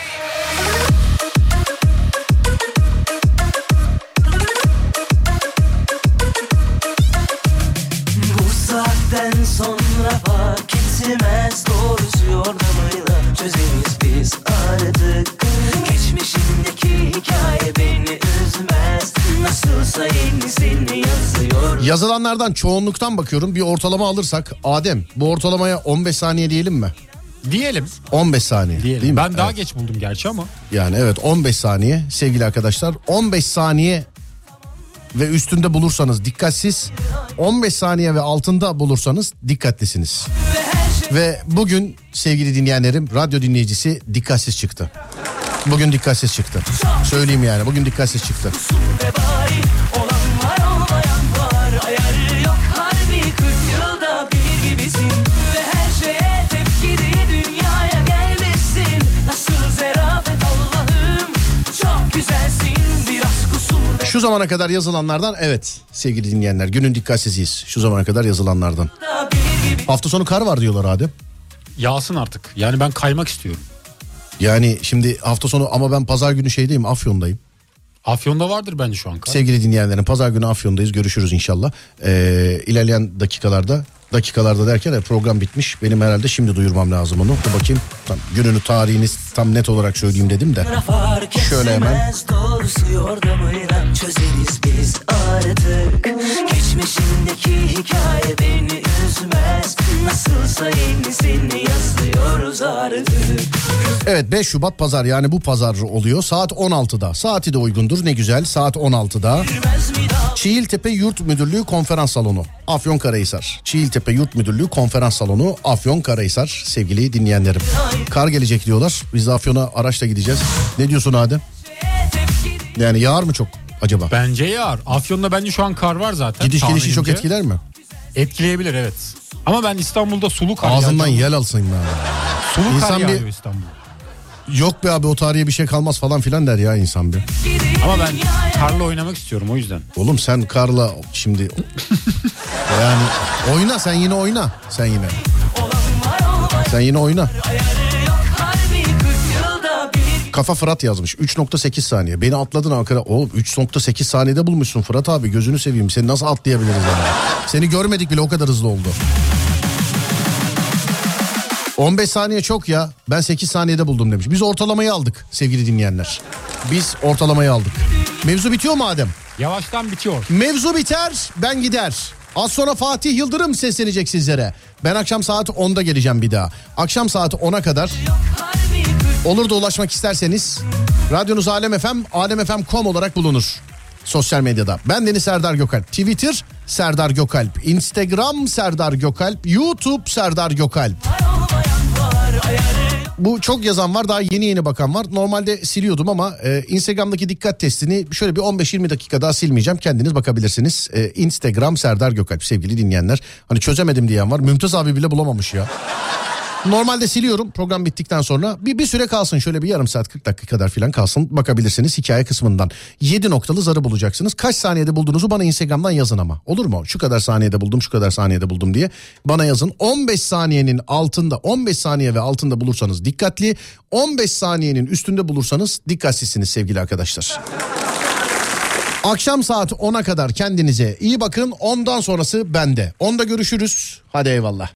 Bu saatten sonra fark etmez, doğrusu yordamıyla çözeriz biz artık. Geçmişindeki hikaye beni üzmez, nasılsa yenisini yazıyor. Yazılanlardan çoğunluktan bakıyorum. Bir ortalama alırsak Adem bu ortalamaya on beş saniye diyelim mi? Diyelim. on beş saniye. Diyelim. Değil mi? Ben daha Evet. geç buldum gerçi ama. Yani evet on beş saniye sevgili arkadaşlar. on beş saniye ve üstünde bulursanız dikkatsiz. on beş saniye ve altında bulursanız dikkatlisiniz. Ve bugün sevgili dinleyenlerim radyo dinleyicisi dikkatsiz çıktı. Bugün dikkatsiz çıktı. Söyleyeyim yani bugün dikkatsiz çıktı. Ve bari olan var olmaz. kırk yılda bir gibisin. Ve her şeye tepki diye dünyaya gelmişsin. Nasıl zerafet Allah'ım, çok güzelsin, biraz kusur. Şu zamana kadar yazılanlardan evet sevgili dinleyenler, günün dikkatsiziyiz. Şu zamana kadar yazılanlardan. Hafta sonu kar var diyorlar Adem. Yağsın artık. Yani ben kaymak istiyorum. Yani şimdi hafta sonu ama ben pazar günü şeydeyim, Afyon'dayım. Afyon'da vardır bence şu an kar. Sevgili dinleyenlerin, pazar günü Afyon'dayız, görüşürüz inşallah. Ee, ilerleyen dakikalarda, dakikalarda derken de program bitmiş. Benim herhalde şimdi duyurmam lazım onu. Dur bakayım tam gününü, tarihini tam net olarak söyleyeyim dedim de. Şöyle hemen. Doğrusu yordamıyla çözeriz biz artık. Geçmişindeki hikaye beni üzmez. Nasılsa yenisini yazıyoruz artık. Evet, beş Şubat pazar, yani bu pazar oluyor. Saat on altıda. Saati de uygundur, ne güzel. Saat on altıda. Çiğiltepe Yurt Müdürlüğü Konferans Salonu, Afyonkarahisar. Çiğiltepe Yurt Müdürlüğü Konferans Salonu, Afyonkarahisar. Sevgili dinleyenlerim. Kar gelecek diyorlar. Biz de Afyon'a araçla gideceğiz. Ne diyorsun Adem? Yani yağar mı çok acaba? Bence yağar. Afyon'da bence şu an kar var zaten. Gidiş gelişi çok tahminimce. etkiler mi? Etkileyebilir, evet. Ama ben İstanbul'da sulu kar Ağzından yağacağını- yel alsın ya. Sulu İnsan kar bir- yağıyor İstanbul. Yok be abi, o tarihe bir şey kalmaz falan filan der ya insan bir. Ama ben karla oynamak istiyorum o yüzden. Oğlum sen karla şimdi yani oyna, sen yine oyna. Sen yine. Sen yine oyna. Kafa Fırat yazmış. üç nokta sekiz saniye. Beni atladın Ankara. Oğlum üç nokta sekiz saniyede bulmuşsun Fırat abi. Gözünü seveyim. Seni nasıl atlayabiliriz yani? Seni görmedik bile, o kadar hızlı oldu. on beş saniye çok ya. Ben sekiz saniyede buldum demiş. Biz ortalamayı aldık sevgili dinleyenler. Biz ortalamayı aldık. Mevzu bitiyor mu Adem? Yavaştan bitiyor. Mevzu biter, ben gider. Az sonra Fatih Yıldırım seslenecek sizlere. Ben akşam saat onda geleceğim bir daha. Akşam saat ona kadar olur da ulaşmak isterseniz radyonuz Alem F M, alemfm nokta com olarak bulunur. Sosyal medyada. Ben Deniz Serdar Gökalp. Twitter Serdar Gökalp. Instagram Serdar Gökalp. YouTube Serdar Gökalp. Bu çok yazan var, daha yeni yeni bakan var. Normalde siliyordum ama e, Instagram'daki dikkat testini şöyle bir on beş yirmi dakika daha silmeyeceğim. Kendiniz bakabilirsiniz. E, Instagram Serdar Gökalp sevgili dinleyenler. Hani çözemedim diyen var. Mümtaz abi bile bulamamış ya. Normalde siliyorum program bittikten sonra. Bir, bir süre kalsın, şöyle bir yarım saat kırk dakika kadar falan kalsın. Bakabilirsiniz hikaye kısmından. yedi noktalı zarı bulacaksınız. Kaç saniyede bulduğunuzu bana Instagram'dan yazın ama. Olur mu? Şu kadar saniyede buldum, şu kadar saniyede buldum diye bana yazın. on beş saniyenin altında, on beş saniye ve altında bulursanız dikkatli. on beş saniyenin üstünde bulursanız dikkatsizsiniz sevgili arkadaşlar. Akşam saat ona kadar kendinize iyi bakın. Ondan sonrası bende. Onda görüşürüz. Hadi eyvallah.